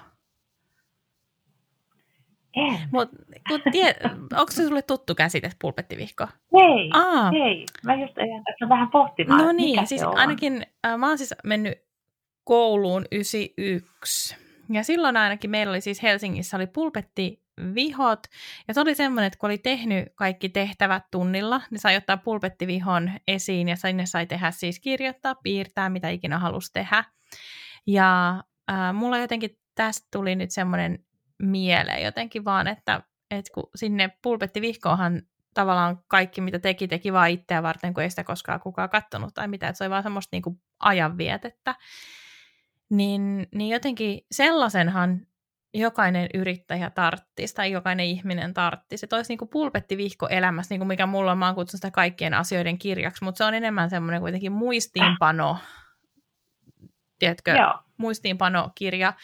En. Onko se sulle tuttu käsite, pulpettivihko? Ei. Mä just ajan tässä vähän pohtimaan, no niin, mikä siis se on. Ainakin mä oon siis mennyt kouluun 91. Ja silloin ainakin meillä oli siis Helsingissä oli pulpettivihot. Ja se oli semmoinen, että kun oli tehnyt kaikki tehtävät tunnilla, niin sai ottaa pulpettivihon esiin ja sinne sai tehdä siis kirjoittaa, piirtää, mitä ikinä halusi tehdä. Ja mulla jotenkin tästä tuli nyt semmoinen mieleen jotenkin vaan, että kun sinne pulpettivihkoonhan tavallaan kaikki, mitä teki vaan itseä varten, kun ei sitä koskaan kukaan katsonut tai mitä, että se oli vaan semmoista niin kuin ajanvietettä. Niin jotenkin sellaisenhan jokainen yrittäjä tarttisi tai jokainen ihminen tarttisi. Se olisi niin kuin pulpettivihko elämässä, niin kuin mikä mulla on, mä oon kutsunut sitä kaikkien asioiden kirjaksi, mutta se on enemmän semmoinen kuitenkin muistiinpano, tiedätkö, muistiinpanokirja,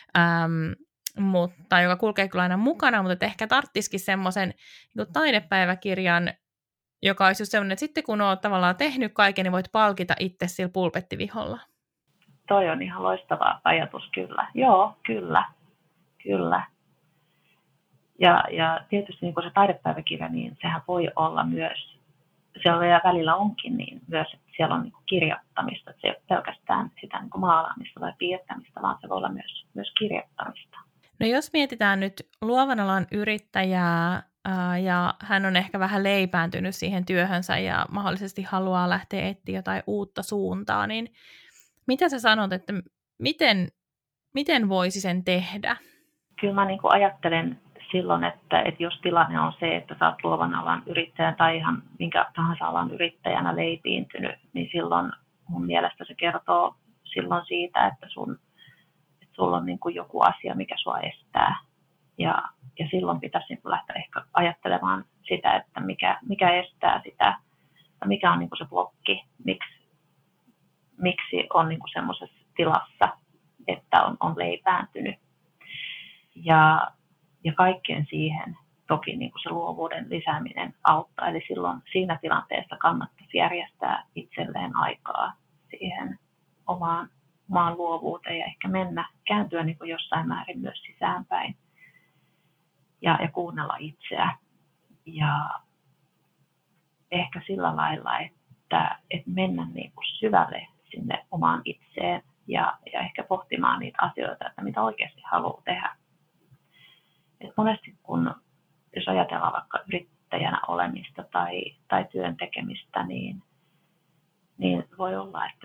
mutta joka kulkee kyllä aina mukana, mutta ehkä tarttisikin semmoisen niin taidepäiväkirjan, joka olisi just semmoinen, että sitten kun olet tavallaan tehnyt kaiken, niin voit palkita itse sillä pulpettiviholla. Toi on ihan loistava ajatus, kyllä. Joo, kyllä. Ja tietysti niin kuin se taidepäiväkirja, niin sehän voi olla myös, siellä ja välillä onkin niin myös, että siellä on niin kuin kirjoittamista, että se ei ole pelkästään sitä niin kuin maalaamista tai piirtämistä, vaan se voi olla myös kirjoittamista. No jos mietitään nyt luovan alan yrittäjää ja hän on ehkä vähän leipääntynyt siihen työhönsä ja mahdollisesti haluaa lähteä etsiä jotain uutta suuntaa, niin mitä sä sanot, että miten voisi sen tehdä? Kyllä mä niin kuin ajattelen silloin, että jos tilanne on se, että sä oot luovan alan yrittäjä tai ihan minkä tahansa alan yrittäjänä leipiintynyt, niin silloin mun mielestä se kertoo silloin siitä, että sulla on niin kuin joku asia, mikä sua estää. Ja silloin pitäisi niin kuin lähteä ehkä ajattelemaan sitä, että mikä estää sitä, mikä on niin kuin se blokki, miksi on niin kuin semmoisessa tilassa, että on leipääntynyt. Ja kaikkeen siihen toki niin kuin se luovuuden lisääminen auttaa. Eli silloin siinä tilanteessa kannattaisi järjestää itselleen aikaa siihen omaan omaan luovuuteen ja ehkä kääntyä niin kuin jossain määrin myös sisäänpäin ja kuunnella itseä. Ja ehkä sillä lailla, että mennä niin kuin syvälle sinne omaan itseen ja ehkä pohtimaan niitä asioita, että mitä oikeasti haluaa tehdä. Et monesti jos ajatellaan vaikka yrittäjänä olemista tai työn tekemistä, niin voi olla, että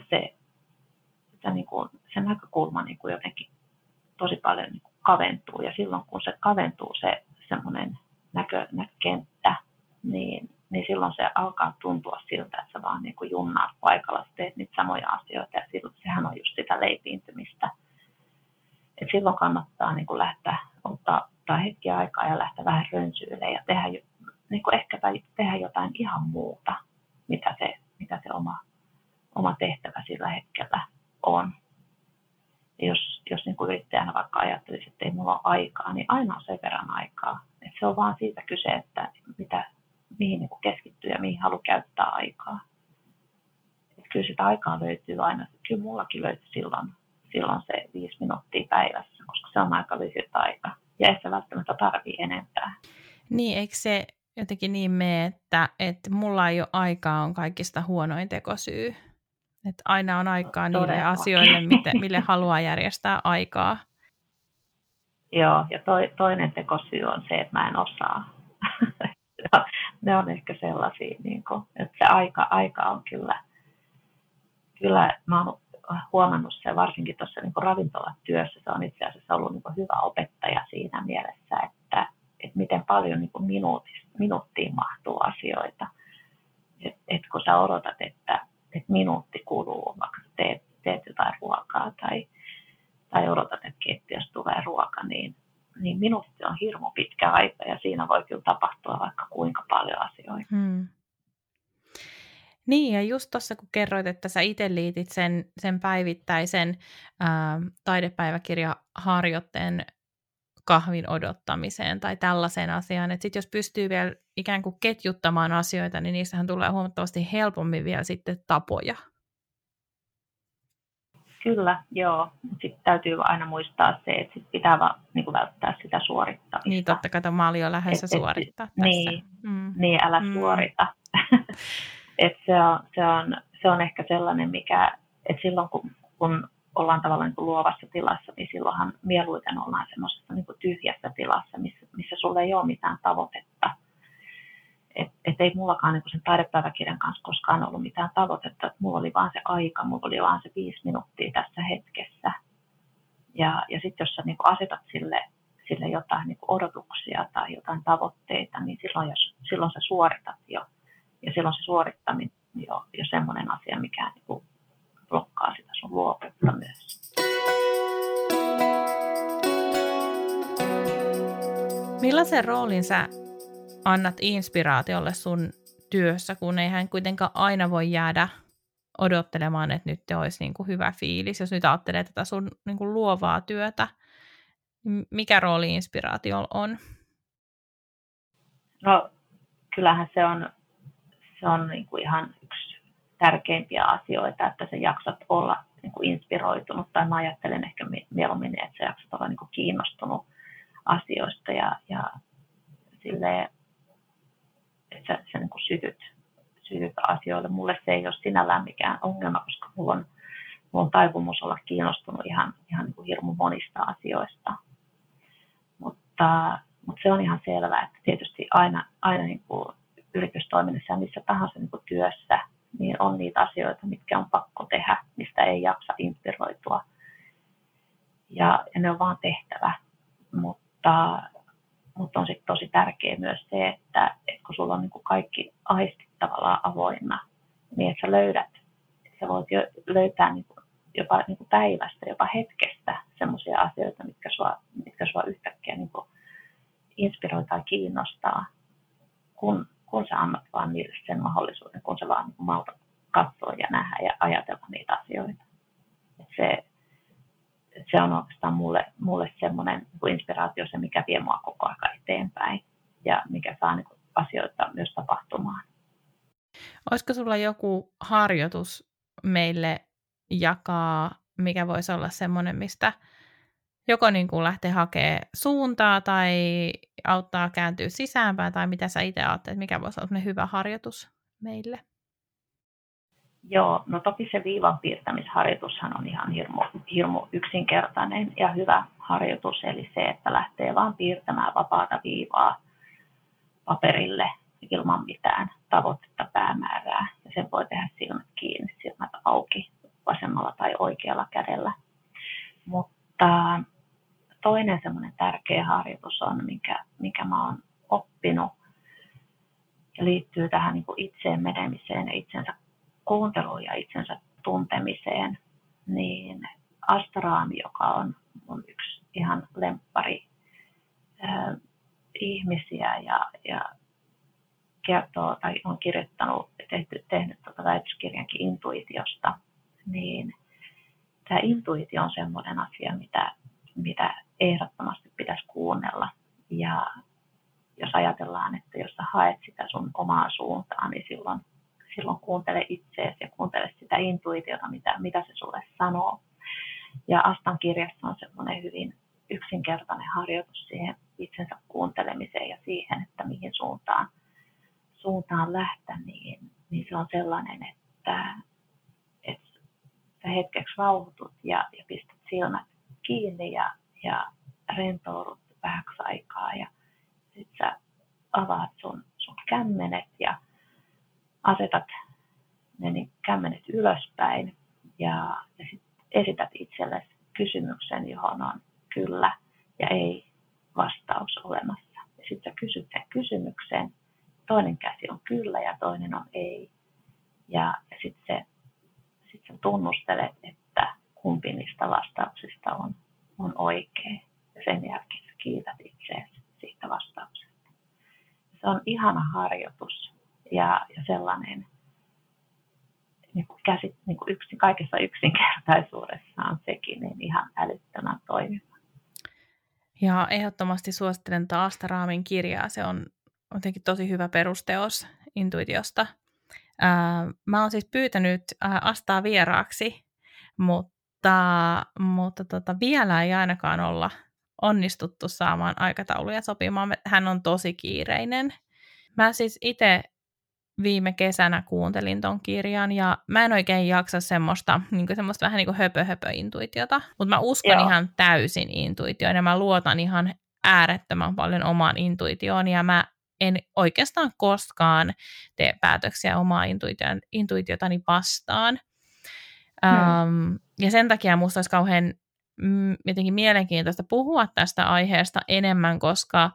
se näkökulma niin kuin jotenkin tosi paljon niin kuin kaventuu. Ja silloin kun se kaventuu se semmoinen näkökenttä, niin silloin se alkaa tuntua siltä, että sä vaan niin kuin junnaat paikalla, teet niitä samoja asioita ja silloin sehän on just sitä leipiintymistä. Et silloin kannattaa niin kuin lähteä ottaa hetki aikaa ja lähteä vähän rönsyille ja tehdä, niin kuin ehkäpä tehdä jotain ihan muuta, mitä se oma tehtävä sillä hetkellä on. Ja jos niin kuin yrittäjänä vaikka ajattelisi, että ei mulla ole aikaa, niin aina on sen verran aikaa. Et se on vaan siitä kyse, että mihin niin kuin keskittyy ja mihin haluaa käyttää aikaa. Et kyllä sitä aikaa löytyy aina. Kyllä mullakin löytyy silloin se 5 minuuttia päivässä, koska se on aika lyhyt aika. Ja ei se välttämättä tarvitse enempää. Niin, eikö se jotenkin niin mene, että mulla ei ole aikaa on kaikista huonoin tekosyy? Että aina on aikaa niille asioille, mille haluaa järjestää aikaa. Joo, ja toinen tekosyy on se, että mä en osaa. Ne on ehkä sellaisia, niin kuin, että se aika on kyllä mä oon huomannut se varsinkin tuossa niin kuin ravintolatyössä, se on itse asiassa ollut niin kuin hyvä opettaja siinä mielessä, että miten paljon niin kuin minuuttiin mahtuu asioita. Et kun sä odotat, että minuutti kuluu, vaikka teet jotain ruokaa tai odotat, että keittiössä tulee ruoka, niin minuutti on hirmu pitkä aika ja siinä voi kyllä tapahtua vaikka kuinka paljon asioita. Niin, ja just tuossa kun kerroit, että sä itse liitit sen päivittäisen taidepäiväkirjaharjoitteen kahvin odottamiseen tai tällaiseen asiaan, että sitten jos pystyy vielä ikään kuin ketjuttamaan asioita, niin niissähän tulee huomattavasti helpommin vielä sitten tapoja. Kyllä, joo. Sitten täytyy aina muistaa se, että sit pitää niin kuin välttää sitä suorittamista. Niin, totta kai mä olin jo lähdössä suorittaa tässä. Niin, älä suorita. Se on ehkä sellainen, että silloin kun ollaan tavallaan niin kuin luovassa tilassa, niin silloinhan mieluiten ollaan semmoisessa niin kuin tyhjässä tilassa, missä sulla ei ole mitään tavoitetta. Et ei mullakaan niin kuin sen taidepäiväkirjan kanssa koskaan ollut mitään tavoitetta, että mulla oli vaan se aika, mulla oli vaan se 5 minuuttia tässä hetkessä. Ja sitten jos sä niin kuin asetat sille jotain niin kuin odotuksia tai jotain tavoitteita, niin silloin sä suoritat jo. Ja silloin se suorittaminen on jo semmoinen asia, mikä niin kuin blokkaa sitä sun luovuutta myös. Millaisen roolin sä annat inspiraatiolle sun työssä, kun eihän kuitenkaan aina voi jäädä odottelemaan, että nyt olisi niin kuin hyvä fiilis. Jos nyt ajattelee tätä sun niin kuin luovaa työtä, niin mikä rooli inspiraatiolla on? No kyllähän se on niin kuin ihan yksi tärkeimpiä asioita, että sä jaksat olla niin kuin inspiroitunut, tai mä ajattelen ehkä mieluummin, että sä jaksat olla niin kuin kiinnostunut asioista ja silleen, että sä niin kuin sytyt asioille. Mulle se ei ole sinällään mikään ongelma, koska mulla on taipumus olla kiinnostunut ihan niin kuin hirmu monista asioista. Mutta se on ihan selvää, että tietysti aina niin kuin yritystoiminnassa ja missä tahansa niin kuin työssä, niin on niitä asioita, mitkä on pakko tehdä, mistä ei jaksa inspiroitua. Ja ne on vaan tehtävä. Mutta on sitten tosi tärkeää myös se, että kun sulla on niin kuin kaikki aistit tavallaan avoinna, niin että sä voit löytää niin kuin jopa niin kuin päivästä, jopa hetkestä semmoisia asioita, mitkä sua yhtäkkiä niin kuin inspiroi tai kiinnostaa, kun sä annat vaan niille sen mahdollisuuden, kun sä vaan niin kuin maltat katsoa ja nähdä ja ajatella niitä asioita. Se on oikeastaan mulle semmoinen inspiraatio, se mikä vie mua koko ajan eteenpäin ja mikä saa niin kuin asioita myös tapahtumaan. Olisiko sulla joku harjoitus meille jakaa mikä voisi olla semmoinen, mistä joko niin kuin lähtee hakemaan suuntaa tai auttaa kääntyä sisäänpäin, tai mitä sä itse ajattelet, mikä voisi olla hyvä harjoitus meille? Joo, no toki se viivan piirtämisharjoitushan on ihan hirmu yksinkertainen ja hyvä harjoitus, eli se, että lähtee vaan piirtämään vapaata viivaa paperille ilman mitään tavoitetta, päämäärää, ja sen voi tehdä silmät kiinni, silmät auki vasemmalla tai oikealla kädellä. Mutta toinen semmoinen tärkeä harjoitus on, minkä mä oon oppinut, ja liittyy tähän niin kuin itseen menemiseen ja itsensä kuunteluun ja itsensä tuntemiseen, niin Astaraami, joka on mun yksi ihan lemppari ihmisiä ja kertoo tai on kirjoittanut ja tehnyt väitöskirjankin intuitiosta, niin tämä intuitio on semmoinen asia, mitä ehdottomasti pitäisi kuunnella. Ja jos ajatellaan, että jos sä haet sitä sun omaa suuntaan, niin silloin kuuntele itseäsi ja kuuntele sitä intuitiota, mitä se sulle sanoo. Ja Astan kirjassa on semmoinen hyvin yksinkertainen harjoitus siihen itsensä kuuntelemiseen ja siihen, että mihin suuntaan lähteä, niin se on sellainen, että sä hetkeksi rauhoitut ja pistät silmät kiinni ja rentoudut vähäksi aikaa ja sitten sä avaat sun kämmenet ja asetat ne niin kämmenet ylöspäin ja sitten esität itsellesi kysymyksen, johon on kyllä ja ei vastaus olemassa. Ja sitten sä kysyt sen kysymyksen, toinen käsi on kyllä ja toinen on ei. Ja sitten sä tunnustelet, että kumpi niistä vastauksista on oikea. Ja sen jälkeen sä kiität itseäsi siitä vastauksesta. Se on ihana harjoitus ja sellainen niin kuin kaikessa yksinkertaisuudessaan sekin niin ihan älyttömän toimiva. Ja ehdottomasti suosittelen tuota Astaraamin kirjaa. Se on jotenkin tosi hyvä perusteos intuitiosta. Mä oon siis pyytänyt Astaa vieraaksi, mutta vielä ei ainakaan olla onnistuttu saamaan aikatauluja sopimaan. Hän on tosi kiireinen. Mä siis itse viime kesänä kuuntelin ton kirjan ja mä en oikein jaksa semmoista vähän niin kuin höpö-intuitiota, mutta mä uskon ihan täysin intuitioon ja mä luotan ihan äärettömän paljon omaan intuitioon ja mä en oikeastaan koskaan tee päätöksiä omaa intuitiotani vastaan. Ja sen takia musta olisi kauhean jotenkin mielenkiintoista puhua tästä aiheesta enemmän, koska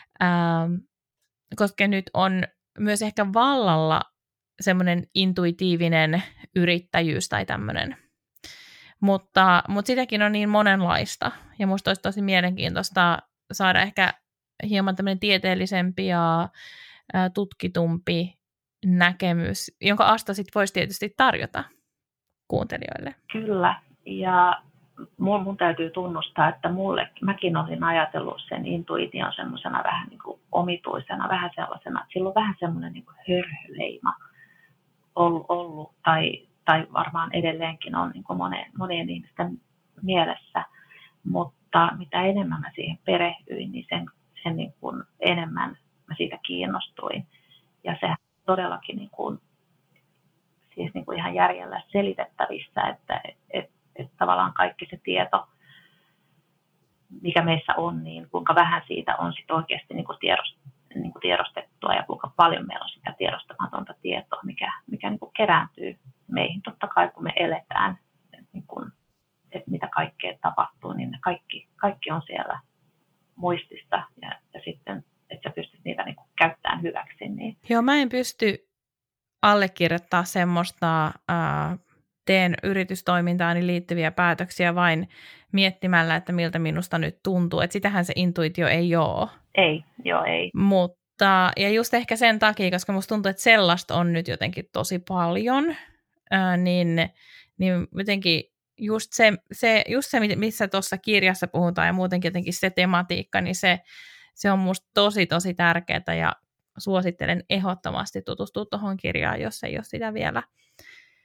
nyt on myös ehkä vallalla semmoinen intuitiivinen yrittäjyys tai tämmöinen. Mutta sitäkin on niin monenlaista. Ja musta olisi tosi mielenkiintoista saada ehkä hieman tämmöinen tieteellisempi ja tutkitumpi näkemys, jonka Asta sitten voisi tietysti tarjota kuuntelijoille. Kyllä. Ja mun täytyy tunnustaa, että mäkin olin ajatellut sen intuition semmoisena vähän niin kuin omituisena, vähän sellaisena, että sillä on vähän semmoinen niin kuin hörhyleima ollut tai varmaan edelleenkin on niin kuin monien ihmisten mielessä, mutta mitä enemmän mä siihen perehdyin, niin sen niin kuin enemmän mä siitä kiinnostuin. Ja sehän todellakin niin kuin, siis niin kuin ihan järjellä selitettävissä, että tavallaan kaikki se tieto, mikä meissä on, niin kuinka vähän siitä on sit oikeasti niin kuin tiedostettua ja kuinka paljon meillä on sitä tiedostamatonta tietoa, mikä niin kuin kerääntyy meihin. Totta kai kun me eletään, niin kuin, että mitä kaikkea tapahtuu, niin ne kaikki on siellä muistissa ja sitten, että sä pystyt niitä niin kuin käyttämään hyväksi. Niin. Joo, mä en pysty allekirjoittaa semmoista teen yritystoimintaani liittyviä päätöksiä vain miettimällä, että miltä minusta nyt tuntuu. Että sitähän se intuitio ei ole. Ei. Mutta, ja just ehkä sen takia, koska musta tuntuu, että sellaista on nyt jotenkin tosi paljon, niin jotenkin just se, missä tuossa kirjassa puhutaan ja muutenkin jotenkin se tematiikka, niin se on musta tosi, tosi tärkeää ja suosittelen ehdottomasti tutustua tuohon kirjaan, jos ei ole sitä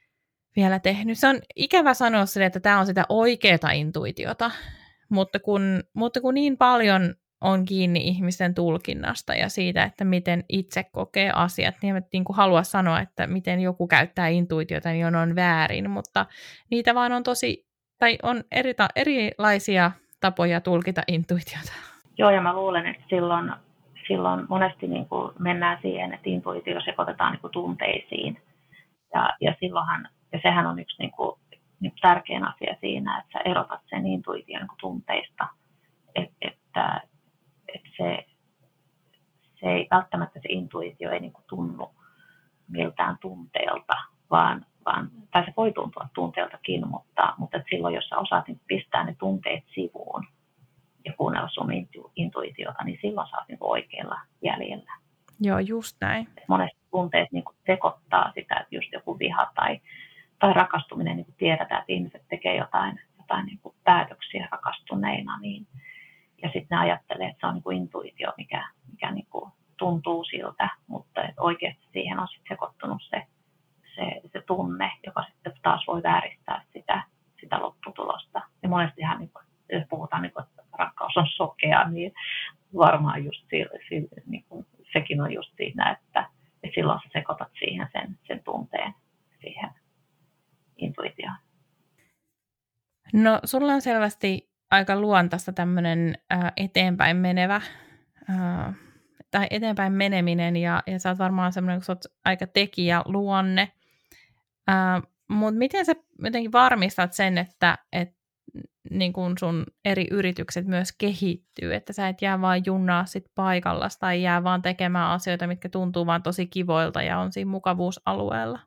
vielä tehnyt. Se on ikävä sanoa sille, että tämä on sitä oikeaa intuitiota, mutta kun niin paljon on kiinni ihmisten tulkinnasta ja siitä, että miten itse kokee asiat, niin en niin kuin halua sanoa, että miten joku käyttää intuitiota, niin on väärin, mutta niitä vaan on on erilaisia tapoja tulkita intuitiota. Joo, ja mä luulen, että silloin monesti niin kuin mennään siihen, että intuitio sekoitetaan niin kuin tunteisiin. Ja silloinhan, ja sehän on yksi niin kuin tärkein asia siinä, että sä erotat sen intuition niin kuin tunteista. Että se ei välttämättä se intuitio ei niin kuin tunnu miltään tunteelta, tai se voi tuntua tunteeltakin, mutta silloin jos sä osaat niin pistää ne tunteet sivuun ja kuunnella sun intuitiota, niin silloin sä oot niin oikealla jäljellä. Joo, just näin. Monesti tunteet niin sekoittaa sitä, että just joku viha tai rakastuminen, niin tiedetään, että ihmiset tekee jotain niin päätöksiä rakastuneina, niin, ja sitten ne ajattelee, että se on niin intuitio, mikä niin tuntuu siltä, mutta oikeasti siihen on sitten sekoittunut se tunne, joka sitten taas voi vääristää sitä lopputulosta. Ja monestihan, niin jos puhutaan, niin että rakkaus on sokea, niin varmaan just niin sekin on just siinä, että silloin sä sekoitat siihen sen tunteen siihen intuitioon. No, sulla on selvästi aika luontaista tämmöinen eteenpäin menevä tai eteenpäin meneminen, ja sä oot varmaan semmoinen, kun sä oot aika tekijäluonne. Mutta miten sä jotenkin varmistat sen, että niin kun sun eri yritykset myös kehittyy, että sä et jää vaan junnaa sit paikallas tai jää vaan tekemään asioita, mitkä tuntuu vaan tosi kivoilta ja on siinä mukavuusalueella?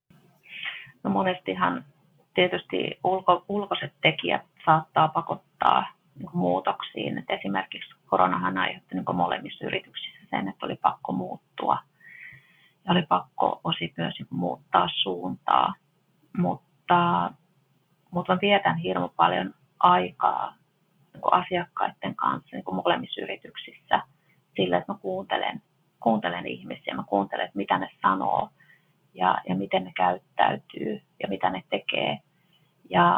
No monestihan tietysti ulkoiset tekijät saattaa pakottaa niin muutoksiin. Et esimerkiksi koronahan aiheutti niin molemmissa yrityksissä sen, että oli pakko muuttua ja oli pakko osin myös niin muuttaa suuntaa. Mutta mä vietän hirmu paljon aikaa niin asiakkaiden kanssa niin molemmissa yrityksissä sillä, että mä kuuntelen ihmisiä, mä kuuntelen, että mitä ne sanoo ja miten ne käyttäytyy ja mitä ne tekee. Ja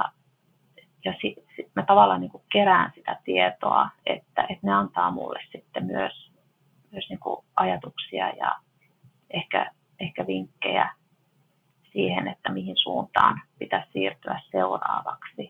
sit mä tavallaan niin kuin kerään sitä tietoa, että ne antaa mulle sitten myös niin kuin ajatuksia ja ehkä vinkkejä siihen, että mihin suuntaan pitäisi siirtyä seuraavaksi.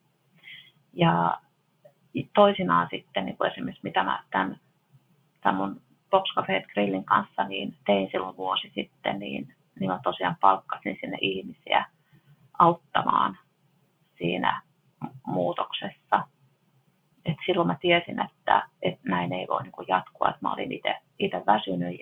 Ja toisinaan sitten, niin kuin esimerkiksi mitä mä tämän mun Box Café Grillin kanssa niin tein silloin vuosi sitten, niin mä tosiaan palkkasin sinne ihmisiä auttamaan siinä muutoksessa. Et silloin mä tiesin, että näin ei voi niin kuin jatkua, että mä olin itse väsynyt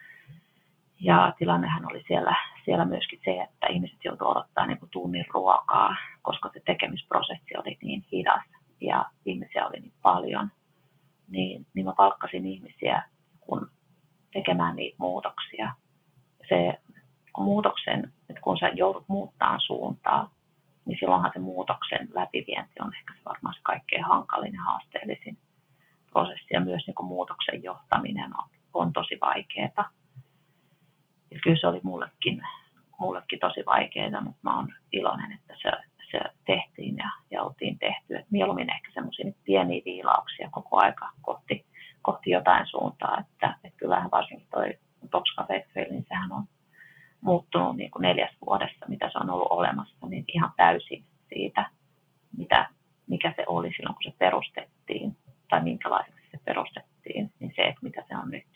ja tilannehan oli siellä myöskin se, että ihmiset joutuivat odottamaan niin kuin tunnin ruokaa, koska se tekemisprosessi oli niin hidas ja ihmisiä oli niin paljon. Niin mä palkkasin ihmisiä tekemään niitä muutoksia. Se muutoksen, että kun sä joudut muuttamaan suuntaa, niin silloinhan se muutoksen läpivienti on ehkä varmaan se kaikkein hankalin ja haasteellisin prosessi. Ja myös niin kuin muutoksen johtaminen on tosi vaikeaa. Ja kyllä se oli mullekin tosi vaikeaa, mutta mä oon iloinen, että se tehtiin ja oltiin tehty. Et mieluummin ehkä semmoisia pieniä viilauksia koko aika kohti jotain suuntaa. Että kyllähän varsinkin toi Box Café Grill, niin sehän on muuttunut niin kuin 4 vuodessa, mitä se on ollut olemassa, niin ihan täysin siitä, mikä se oli silloin, kun se perustettiin, tai minkälaiseksi se perustettiin, niin se, että mitä se on nyt.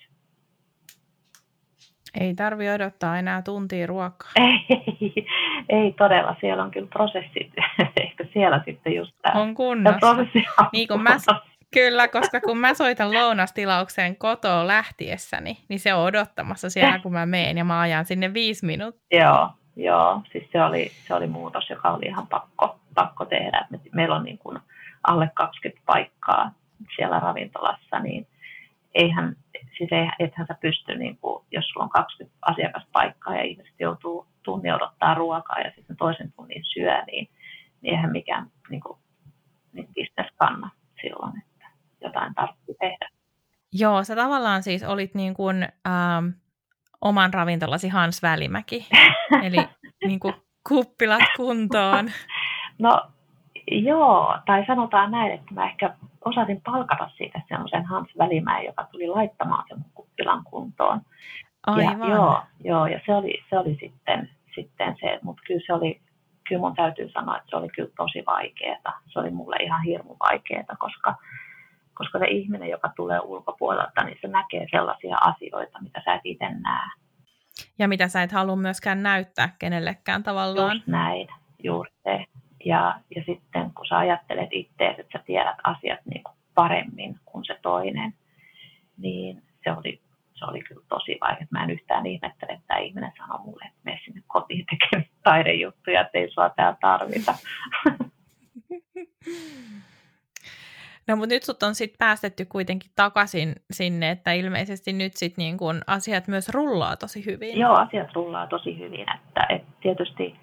Ei tarvitse odottaa enää tuntia ruokaa. Ei todella, siellä on kyllä prosessit, ehkä siellä sitten just tämä. On kunnossa. Niin kyllä, koska kun mä soitan lounastilaukseen kotoa lähtiessäni, niin se on odottamassa siellä, kun mä menen ja mä ajan sinne 5 minuuttia. Joo, siis se oli muutos, joka oli ihan pakko tehdä. Meillä on niin kuin alle 20 paikkaa siellä ravintolassa, niin ethän sä pysty, niin kuin, jos sulla on 20 asiakaspaikkaa ja ihmiset joutuu tunnin odottaa ruokaa ja sitten toisen tunnin syö, niin eihän mikään niin business kanna silloin, että jotain tarvitsee tehdä. Joo, sä tavallaan siis olit niin kuin, oman ravintolasi Hans Välimäki, eli niin kuin kuppilat kuntoon. No joo, tai sanotaan näin, että mä ehkä osasin palkata siitä semmoisen Hans Välimäen, joka tuli laittamaan sen kuppilan kuntoon. Aivan. Ja ja se oli sitten se, mutta kyllä mun täytyy sanoa, että se oli kyllä tosi vaikeaa. Se oli mulle ihan hirmu vaikeaa, koska se ihminen, joka tulee ulkopuolelta, niin se näkee sellaisia asioita, mitä sä et itse näe. Ja mitä sä et halua myöskään näyttää kenellekään tavallaan. Just näin, juuri se. Ja sitten kun sä ajattelet itseäsi, että sä tiedät asiat niin kuin paremmin kuin se toinen, niin se oli kyllä tosi vaikea. Mä en yhtään ihmettele, että tämä ihminen sanoi mulle, että mene sinne kotiin tekemään taidejuttuja, että ei sua täällä tarvita. No mutta nyt sut on sitten päästetty kuitenkin takaisin sinne, että ilmeisesti nyt sitten niin kun asiat myös rullaa tosi hyvin. Joo, asiat rullaa tosi hyvin, että tietysti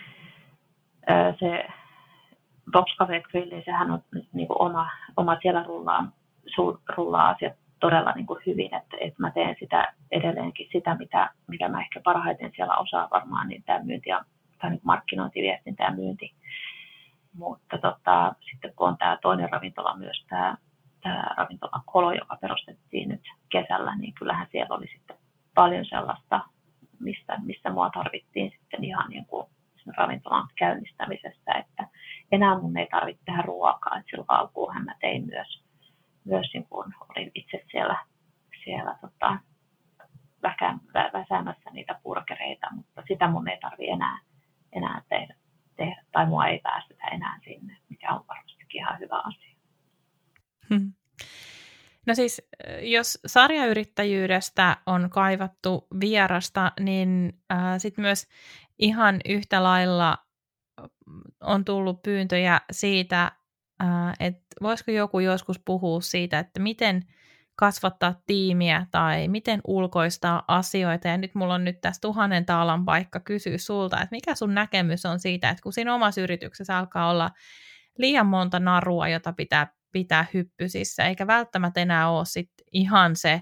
se Bob's Cafe Grilli, sehän on niin kuin oma siellä rullaa asiat todella niin kuin hyvin, että mä teen sitä edelleenkin sitä, mitä mä ehkä parhaiten siellä osaan varmaan, niin tämä myynti tai niin markkinointiviestintä ja myynti. Mutta sitten kun on tämä toinen ravintola myös, tämä ravintola Kolo, joka perustettiin nyt kesällä, niin kyllähän siellä oli sitten paljon sellaista, missä mua tarvittiin sitten ihan niin kuin sen ravintolan käynnistämisestä, että enää mun ei tarvitse tehdä ruokaa. Et silloin alkuunhan mä tein myös niin kuin olin itse siellä väsäämässä niitä burgereita, mutta sitä mun ei tarvitse enää tehdä, tai mua ei päästetä enää sinne, mikä on varmastikin ihan hyvä asia. No siis, jos sarjayrittäjyydestä on kaivattu vierasta, niin sitten myös ihan yhtä lailla on tullut pyyntöjä siitä, että voisiko joku joskus puhua siitä, että miten kasvattaa tiimiä tai miten ulkoistaa asioita. Ja nyt mulla on nyt tässä 1000 taalan paikka kysyä sulta, että mikä sun näkemys on siitä, että kun siinä omassa yrityksessä alkaa olla liian monta narua, jota pitää hyppysissä, eikä välttämättä enää ole sit ihan se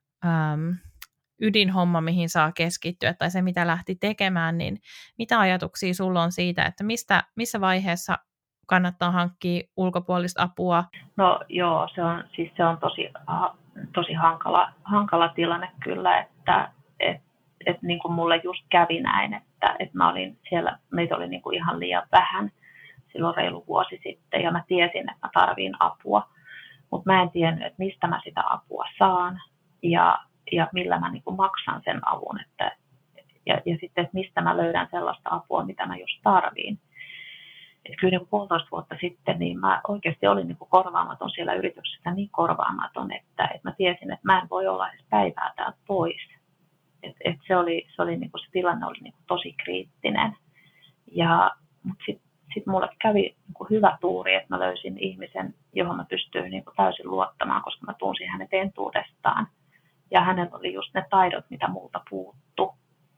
ydinhomma, mihin saa keskittyä, tai se, mitä lähti tekemään, niin mitä ajatuksia sulla on siitä, että missä vaiheessa kannattaa hankkia ulkopuolista apua? No joo, se on tosi hankala tilanne kyllä, että niin kuin mulle just kävi näin, että mä olin siellä, meitä oli niin kuin ihan liian vähän silloin reilu vuosi sitten, ja mä tiesin, että mä tarviin apua, mutta mä en tiennyt, että mistä mä sitä apua saan, ja millä mä niin kuin maksan sen avun, ja sitten, että mistä mä löydän sellaista apua, mitä mä just tarviin. Et kyllä niin 1,5 vuotta sitten niin mä oikeasti olin niin kuin korvaamaton siellä yrityksessä, niin korvaamaton, että mä tiesin, että mä en voi olla edes päivää täältä pois. Se oli niin kuin se tilanne oli niin kuin tosi kriittinen. Mutta sitten mulle kävi niin kuin hyvä tuuri, että mä löysin ihmisen, johon mä pystyin niin kuin täysin luottamaan, koska mä tunsin hänet entuudestaan. Ja hänellä oli just ne taidot, mitä multa puuttu.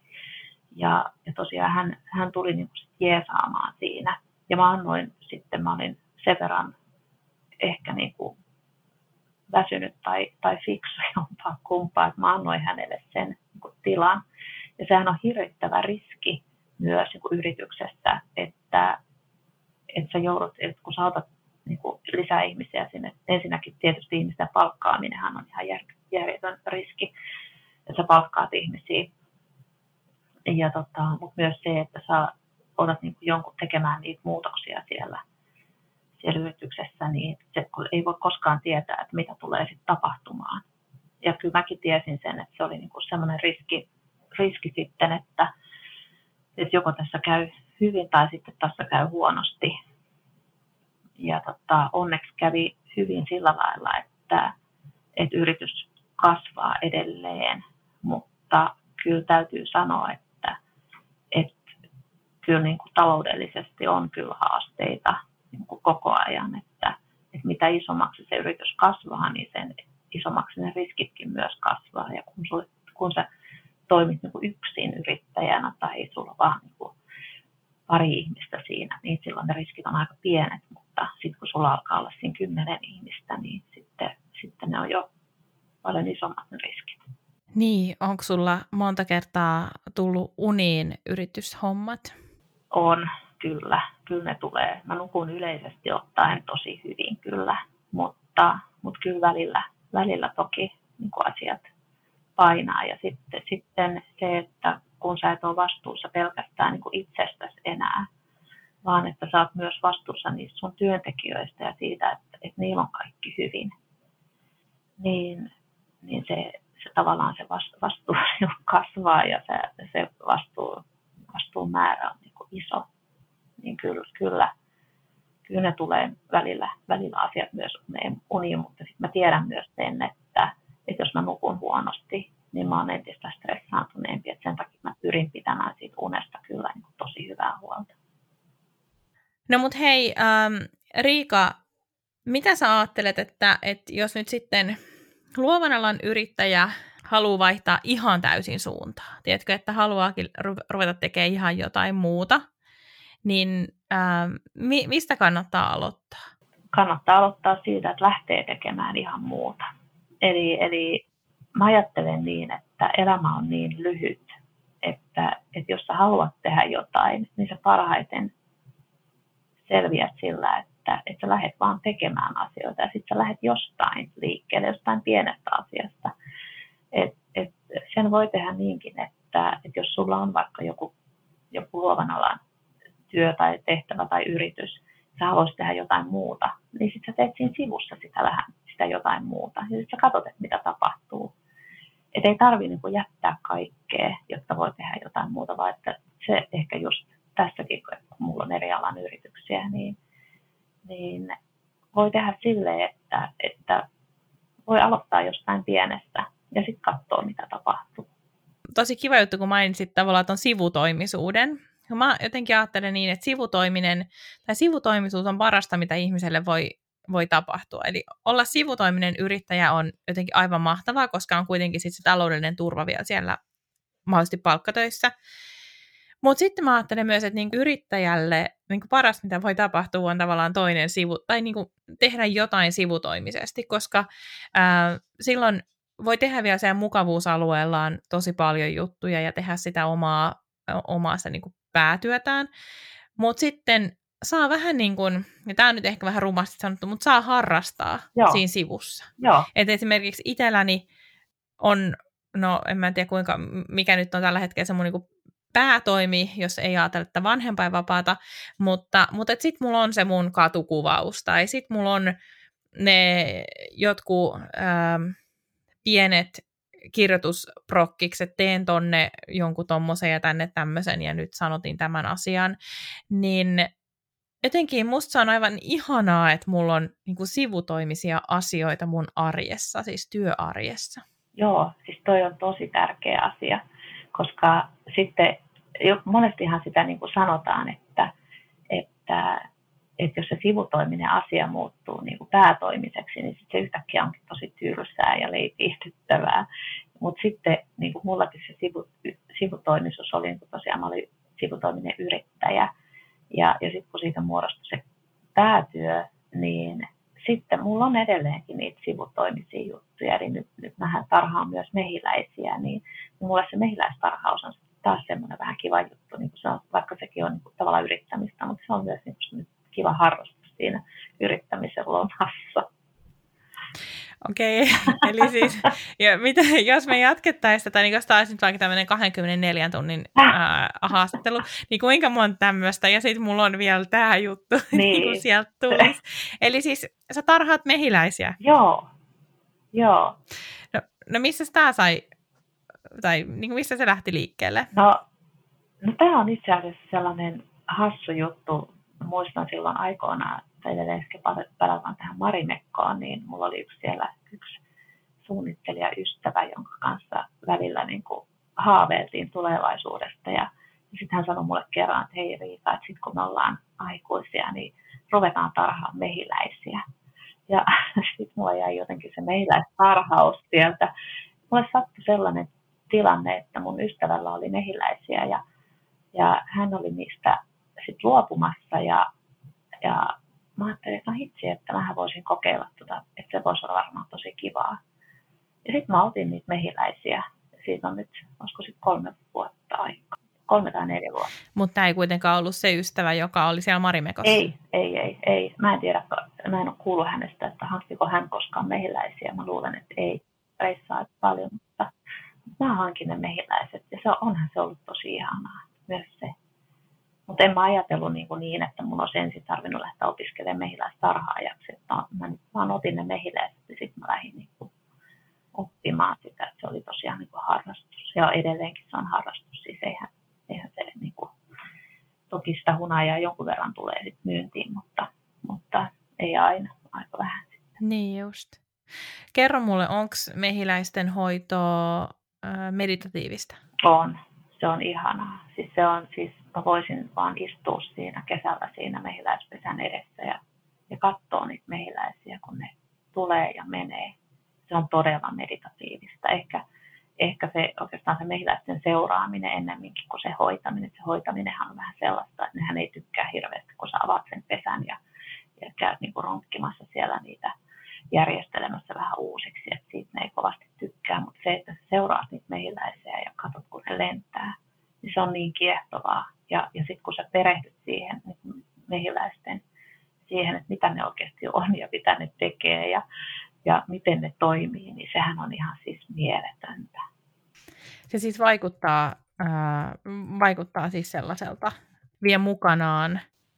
Ja tosiaan hän tuli niin kuin jeesaamaan siinä. Ja mä olin sen verran ehkä niin kuin väsynyt tai fiksu jompaa kumpaa, että mä annoin hänelle sen niin kuin tilan. Ja sehän on hirvittävä riski myös niin kuin yrityksessä, että sä joudut, että kun sä otat niin kuin lisää ihmisiä sinne, ensinnäkin tietysti ihmisten palkkaaminenhan on ihan järjetön riski, että sä palkkaat ihmisiä. Mutta myös se, että sä otat niin kuin jonkun tekemään niitä muutoksia siellä yrityksessä, niin se ei voi koskaan tietää, että mitä tulee sitten tapahtumaan. Ja kyllä mäkin tiesin sen, että se oli niin kuin semmoinen riski sitten, että joko tässä käy hyvin tai sitten tässä käy huonosti. Ja onneksi kävi hyvin sillä lailla, että yritys kasvaa edelleen, mutta kyllä täytyy sanoa, että kyllä niin kuin taloudellisesti on kyllä haasteita niin kuin koko ajan, että mitä isommaksi se yritys kasvaa, niin sen isommaksi ne riskitkin myös kasvaa. Ja kun sä toimit niin kuin yksin yrittäjänä tai sulla on vaan niin kuin pari ihmistä siinä, niin silloin ne riskit on aika pienet, mutta sitten kun sulla alkaa olla siinä 10 ihmistä, niin sitten ne on jo paljon isommat ne riskit. Niin, onko sulla monta kertaa tullut uniin yrityshommat? On, kyllä ne tulee. Mä nukun yleisesti ottaen tosi hyvin kyllä, mutta kyllä välillä toki niin kuin asiat painaa. Ja sitten se, että kun sä et ole vastuussa pelkästään niin kuin itsestäsi enää, vaan että sä oot myös vastuussa niistä sun työntekijöistä ja siitä, että niillä on kaikki hyvin, niin se tavallaan se vastuu kasvaa ja se vastuun määrä on niin kuin iso. Niin kyllä ne tulee välillä asiat myös uniin, mutta sitten mä tiedän myös sen, että jos mä nukun huonosti, niin mä oon entistä stressaantuneempi, että sen takia mä pyrin pitämään siitä unesta kyllä niin kuin tosi hyvää huolta. No mut hei, Riika, mitä sä ajattelet, että jos nyt sitten luovan alan yrittäjä haluaa vaihtaa ihan täysin suuntaa, tiedätkö, että haluaakin ruveta tekemään ihan jotain muuta, niin mistä kannattaa aloittaa? Kannattaa aloittaa siitä, että lähtee tekemään ihan muuta. Eli mä ajattelen niin, että elämä on niin lyhyt, että jos sä haluat tehdä jotain, niin sä parhaiten selviät sillä, että sä lähdet vaan tekemään asioita ja sitten sä lähdet jostain liikkeelle, jostain pienestä asiasta. Et sen voi tehdä niinkin, että jos sulla on vaikka joku luovan alan työ tai tehtävä tai yritys, sä haluaisit tehdä jotain muuta, niin sitten sä teet siinä sivussa sitä jotain muuta ja sitten sä katsot, että mitä tapahtuu. Et ei tarvitse niinku jättää kaikkea, jotta voi tehdä jotain muuta, vaan että se ehkä just tässäkin, kun mulla on eri alan yrityksiä, niin voi tehdä silleen, että voi aloittaa jostain pienestä ja sitten katsoa, mitä tapahtuu. Tosi kiva juttu, kun mainitsit tavallaan tuon sivutoimisuuden. Mä jotenkin ajattelen niin, että sivutoimisuus on parasta, mitä ihmiselle voi tapahtua. Eli olla sivutoiminen yrittäjä on jotenkin aivan mahtavaa, koska on kuitenkin sit se taloudellinen turva vielä siellä mahdollisesti palkkatöissä. Mutta sitten mä ajattelen myös, että niinku yrittäjälle niinku paras, mitä voi tapahtua, on tavallaan toinen sivu, tai niinku tehdä jotain sivutoimisesti, koska silloin voi tehdä vielä siellä mukavuusalueellaan tosi paljon juttuja ja tehdä sitä omaa niinku päätyötään, mutta sitten saa vähän niin kuin, ja tämä on nyt ehkä vähän rumasti sanottu, mutta saa harrastaa siinä sivussa. Et esimerkiksi itselläni on, no en mä tiedä mikä nyt on tällä hetkellä se mun niinku päätoimi, jos ei ajatella että vanhempainvapaata, mutta sitten mulla on se mun katukuvaus, tai sitten mulla on ne jotkut pienet kirjoitusprokkikset, teen tonne jonkun tommosen ja tänne tämmöisen, ja nyt sanotin tämän asian, niin jotenkin musta se on aivan ihanaa, että mulla on niin kuin sivutoimisia asioita mun arjessa, siis työarjessa. Joo, siis toi on tosi tärkeä asia, koska sitten monestihan sitä niin kuin sanotaan, että jos se sivutoiminen asia muuttuu niin kuin päätoimiseksi, niin sitten se yhtäkkiä onkin tosi tylsää ja viihdyttävää. Mutta sitten niin kuin mullakin se sivutoimisuus oli, niin kuin tosiaan mä olin sivutoiminen yrittäjä. Ja sitten kun siitä muodostui se päätyö, niin sitten mulla on edelleenkin niitä sivutoimisia juttuja. Eli nyt mähän tarhaan myös mehiläisiä, niin mulle se mehiläistarhaus on taas semmoinen vähän kiva juttu. Niin se on, vaikka sekin on niin kuin tavallaan yrittämistä, mutta se on myös niin kuin kiva harrastus siinä yrittämisen lomassa. Okei, eli siis, jos me jatkettaisiin tätä, niin jos taisi nyt vaikka tämmöinen 24 tunnin haastattelu, niin kuinka monta tämmöistä, ja sitten mulla on vielä tämä juttu, niin kuin sieltä tulisi. Eli siis sä tarhaat mehiläisiä? Joo. No missä tämä sai, tai niin kuin missä se lähti liikkeelle? No tämä on itse asiassa sellainen hassu juttu. Muistan silloin aikoinaan, että edelleen palataan tähän Marimekkoon, niin mulla oli yksi suunnittelijaystävä, jonka kanssa välillä niin kuin haaveiltiin tulevaisuudesta. Ja sitten hän sanoi mulle kerran, että hei Riika, että sitten kun me ollaan aikuisia, niin ruvetaan tarhaan mehiläisiä. Ja sitten mulla jäi jotenkin se mehiläistarhaus sieltä. Mulle sattui sellainen tilanne, että mun ystävällä oli mehiläisiä ja hän oli niistä sitten luopumassa ja mä ajattelin, että no hitsi, että mähän voisin kokeilla että se voisi olla varmaan tosi kivaa. Ja sitten mä otin niitä mehiläisiä. Siitä on nyt, olisiko sitten 3 vuotta aikaa. 3 tai 4 vuotta. Mutta tämä ei kuitenkaan ollut se ystävä, joka oli siellä Marimekossa? Ei. Mä en tiedä, mä en ole kuullut hänestä, että hankkiko hän koskaan mehiläisiä. Mä luulen, että ei reissaa paljon, mutta mä hankin ne mehiläiset ja onhan se ollut tosi ihanaa myös se. Mutta en mä ajatellut niin, että mun olisi ensin tarvinnut lähteä opiskelemaan mehiläistarhaajaksi. Mä otin ne mehiläiset ja sitten mä lähdin oppimaan sitä, että se oli tosiaan harrastus. Ja edelleenkin se on harrastus, siis eihän se toki sitä hunajaa jonkun verran tulee sit myyntiin, mutta ei aina, aika vähän sitten. Niin just. Kerro mulle, onko mehiläisten hoito meditatiivista? On. Se on ihanaa. Siis mä voisin vaan istua siinä kesällä siinä mehiläispesän edessä ja katsoa niitä mehiläisiä, kun ne tulee ja menee. Se on todella meditatiivista. Ehkä oikeastaan se mehiläisten seuraaminen ennemminkin kuin se hoitaminen. Se hoitaminenhan on vähän sellaista, että nehän ei tykkää hirveästi, kun sä avaat sen pesän ja käyt ronkkimassa siellä niitä järjestelemässä vähän uusiksi. Että siitä ne ei kovasti tykkää, mutta se, että sä seuraat niitä mehiläisiä ja katsot, kun ne lentää, niin se on niin kiehtovaa. Ja sitten kun sä perehdyt siihen mehiläisten, siihen, että mitä ne oikeasti on ja mitä ne tekee ja miten ne toimii, niin sehän on ihan siis mieletöntä. Se siis vaikuttaa siis sellaiselta, vie mukanaan.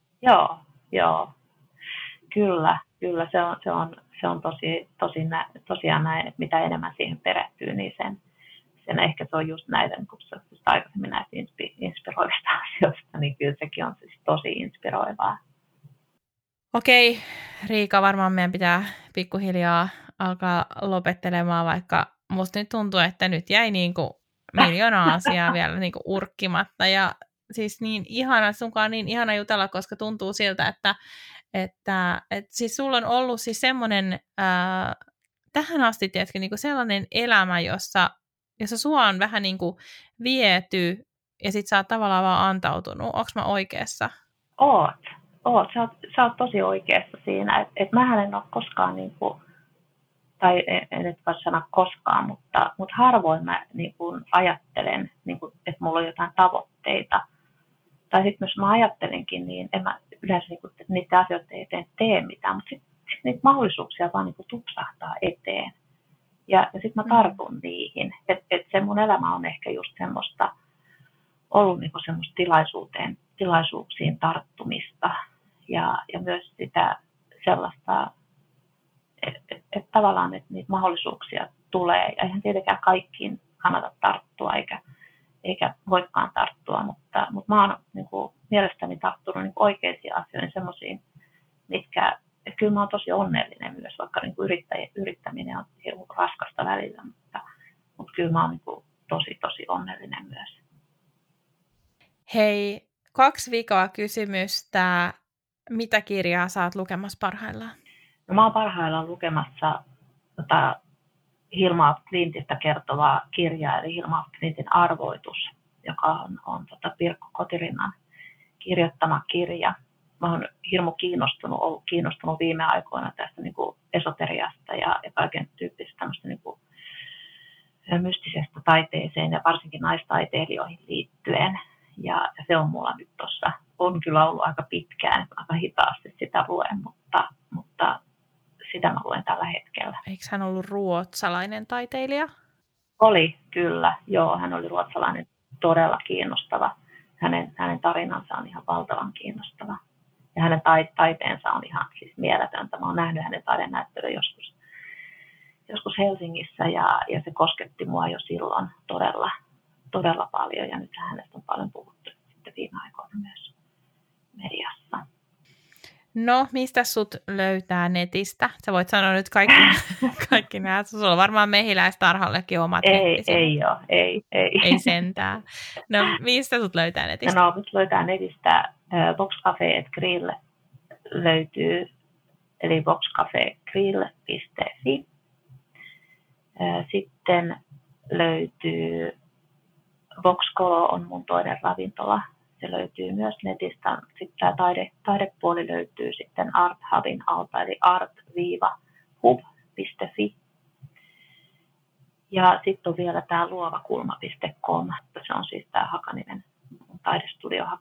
Joo. Kyllä, se on tosiaan näin, että mitä enemmän siihen perehtyy, niin sen ehkä se on just näitä, kun sä aikaisemmin näistä inspiroivista asioista, niin kyllä sekin on siis tosi inspiroivaa. Okei, Riika, varmaan meidän pitää pikkuhiljaa alkaa lopettelemaan, vaikka musta nyt tuntuu, että nyt jäi miljoona asiaa vielä urkkimatta. Ja siis niin ihana, sunkaan niin ihana jutella, koska tuntuu siltä, että siis sulla on ollut siis semmoinen tähän asti, tiedätkö, sellainen elämä, jossa sua on vähän viety ja sit sä oot tavallaan vaan antautunut. Onko mä oikeassa? Oot. Sä oot tosi oikeassa siinä, että mähän en ole koskaan, tai en nyt voi sanoa koskaan, mutta harvoin mä ajattelen, että mulla on jotain tavoitteita. Tai sitten jos mä ajattelenkin, niin en mä yleensä niitä asioita eteen tee mitään, mutta sitten niitä mahdollisuuksia vaan tupsahtaa eteen. Ja sitten mä tartun niihin. Et se mun elämä on ehkä just semmoista, ollut semmoista tilaisuuksiin tarttumista. Ja myös sitä sellaista, että tavallaan että niitä mahdollisuuksia tulee. Ja eihän tietenkään kaikkiin kannata tarttua, eikä voikaan tarttua, mutta mä oon mielestäni tarttunut oikeisiin asioihin, semmoisiin, mitkä, että kyllä mä oon tosi onnellinen myös, vaikka yrittäminen on hirveän raskasta välillä, mutta kyllä mä oon tosi onnellinen myös. Hei, 2 vikaa kysymystä. Mitä kirjaa sä oot lukemassa parhaillaan? No, mä oon parhaillaan lukemassa Hilma af Klintistä kertovaa kirjaa, eli Hilma af Klintin Arvoitus, joka on Pirkko Kotirinnan kirjoittama kirja. Mä oon hirmu kiinnostunut viime aikoina tästä esoteriasta ja kaiken tyyppisestä tämmöistä mystisestä taiteeseen ja varsinkin naistaiteilijoihin liittyen. Ja se on mulla nyt tuossa, on kyllä ollut aika pitkään, aika hitaasti sitä luen, mutta sitä mä luen tällä hetkellä. Eikö hän ollut ruotsalainen taiteilija? Oli, kyllä. Joo, hän oli ruotsalainen, todella kiinnostava. Hänen tarinansa on ihan valtavan kiinnostava. Ja hänen taiteensa on ihan siis mieletöntä. Mä oon nähnyt hänen taidenäyttelyn joskus Helsingissä ja se kosketti mua jo silloin todella paljon. Ja nyt hänestä on paljon puhuttu sitten viime aikoina myös mediassa. No, mistä sut löytää netistä? Sä voit sanoa nyt kaikki nämä. Sulla on varmaan Mehiläistarhallekin omat nettisivut. Ei sentään. No, mistä sut löytää netistä? No, mut löytää netistä boxcafe.grill löytyy, eli boxcafegrill.fi. Sitten löytyy Boxkolo on mun toinen ravintola. Se löytyy myös netistä. Sitten tämä taidepuoli löytyy sitten Art Hubin alta, eli art-hub.fi. Ja sitten on vielä tämä luovakulma.com. Se on siis tämä Hakanimen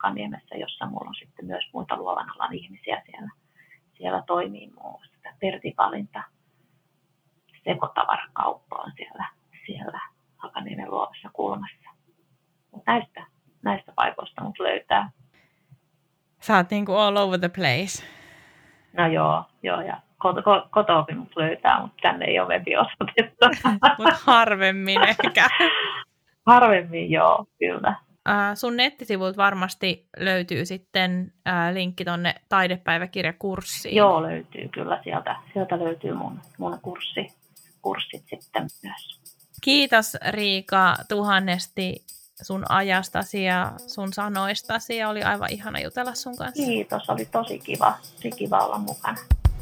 Hakaniemessä, jossa mulla on sitten myös muita luovan alan ihmisiä siellä toimii muun muassa. Pertti Valinta sekotavarakauppa on siellä Hakaniemen luovassa kulmassa. Näistä paikoista mut löytää. Sä oot niinku all over the place. No joo ja kotoakin mut löytää, mutta tänne ei ole webiosoitetta. Mutta harvemmin ehkä. Harvemmin joo, kyllä. Sun nettisivuilta varmasti löytyy sitten linkki tonne taidepäiväkirjakurssiin. Joo, löytyy kyllä. Sieltä löytyy mun kurssit sitten myös. Kiitos Riika tuhannesti sun ajastasi ja sun sanoistasi ja oli aivan ihana jutella sun kanssa. Kiitos, oli tosi kiva olla mukana.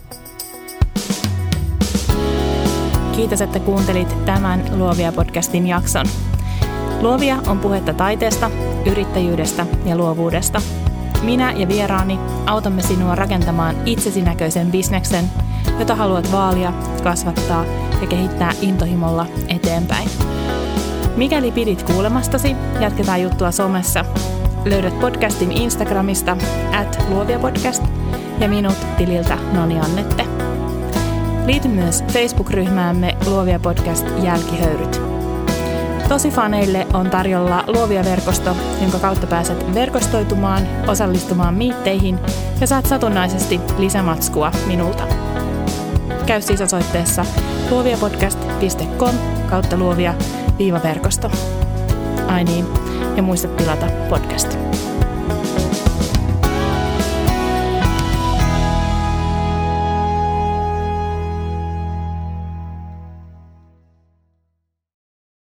Kiitos, että kuuntelit tämän Luovia-podcastin jakson. Luovia on puhetta taiteesta, yrittäjyydestä ja luovuudesta. Minä ja vieraani autamme sinua rakentamaan itsesi näköisen bisneksen, jota haluat vaalia, kasvattaa ja kehittää intohimolla eteenpäin. Mikäli pidit kuulemastasi, jatketaan juttua somessa. Löydät podcastin Instagramista @luoviapodcast ja minut tililtä Noni Annette. Liity myös Facebook-ryhmäämme Luovia Podcast Jälkihöyryt. Tosifaneille on tarjolla Luovia-verkosto, jonka kautta pääset verkostoitumaan, osallistumaan miitteihin ja saat satunnaisesti lisämatskua minulta. Käy siis osoitteessa luoviapodcast.com/luovia-verkosto. Ai niin, ja muista tilata podcast.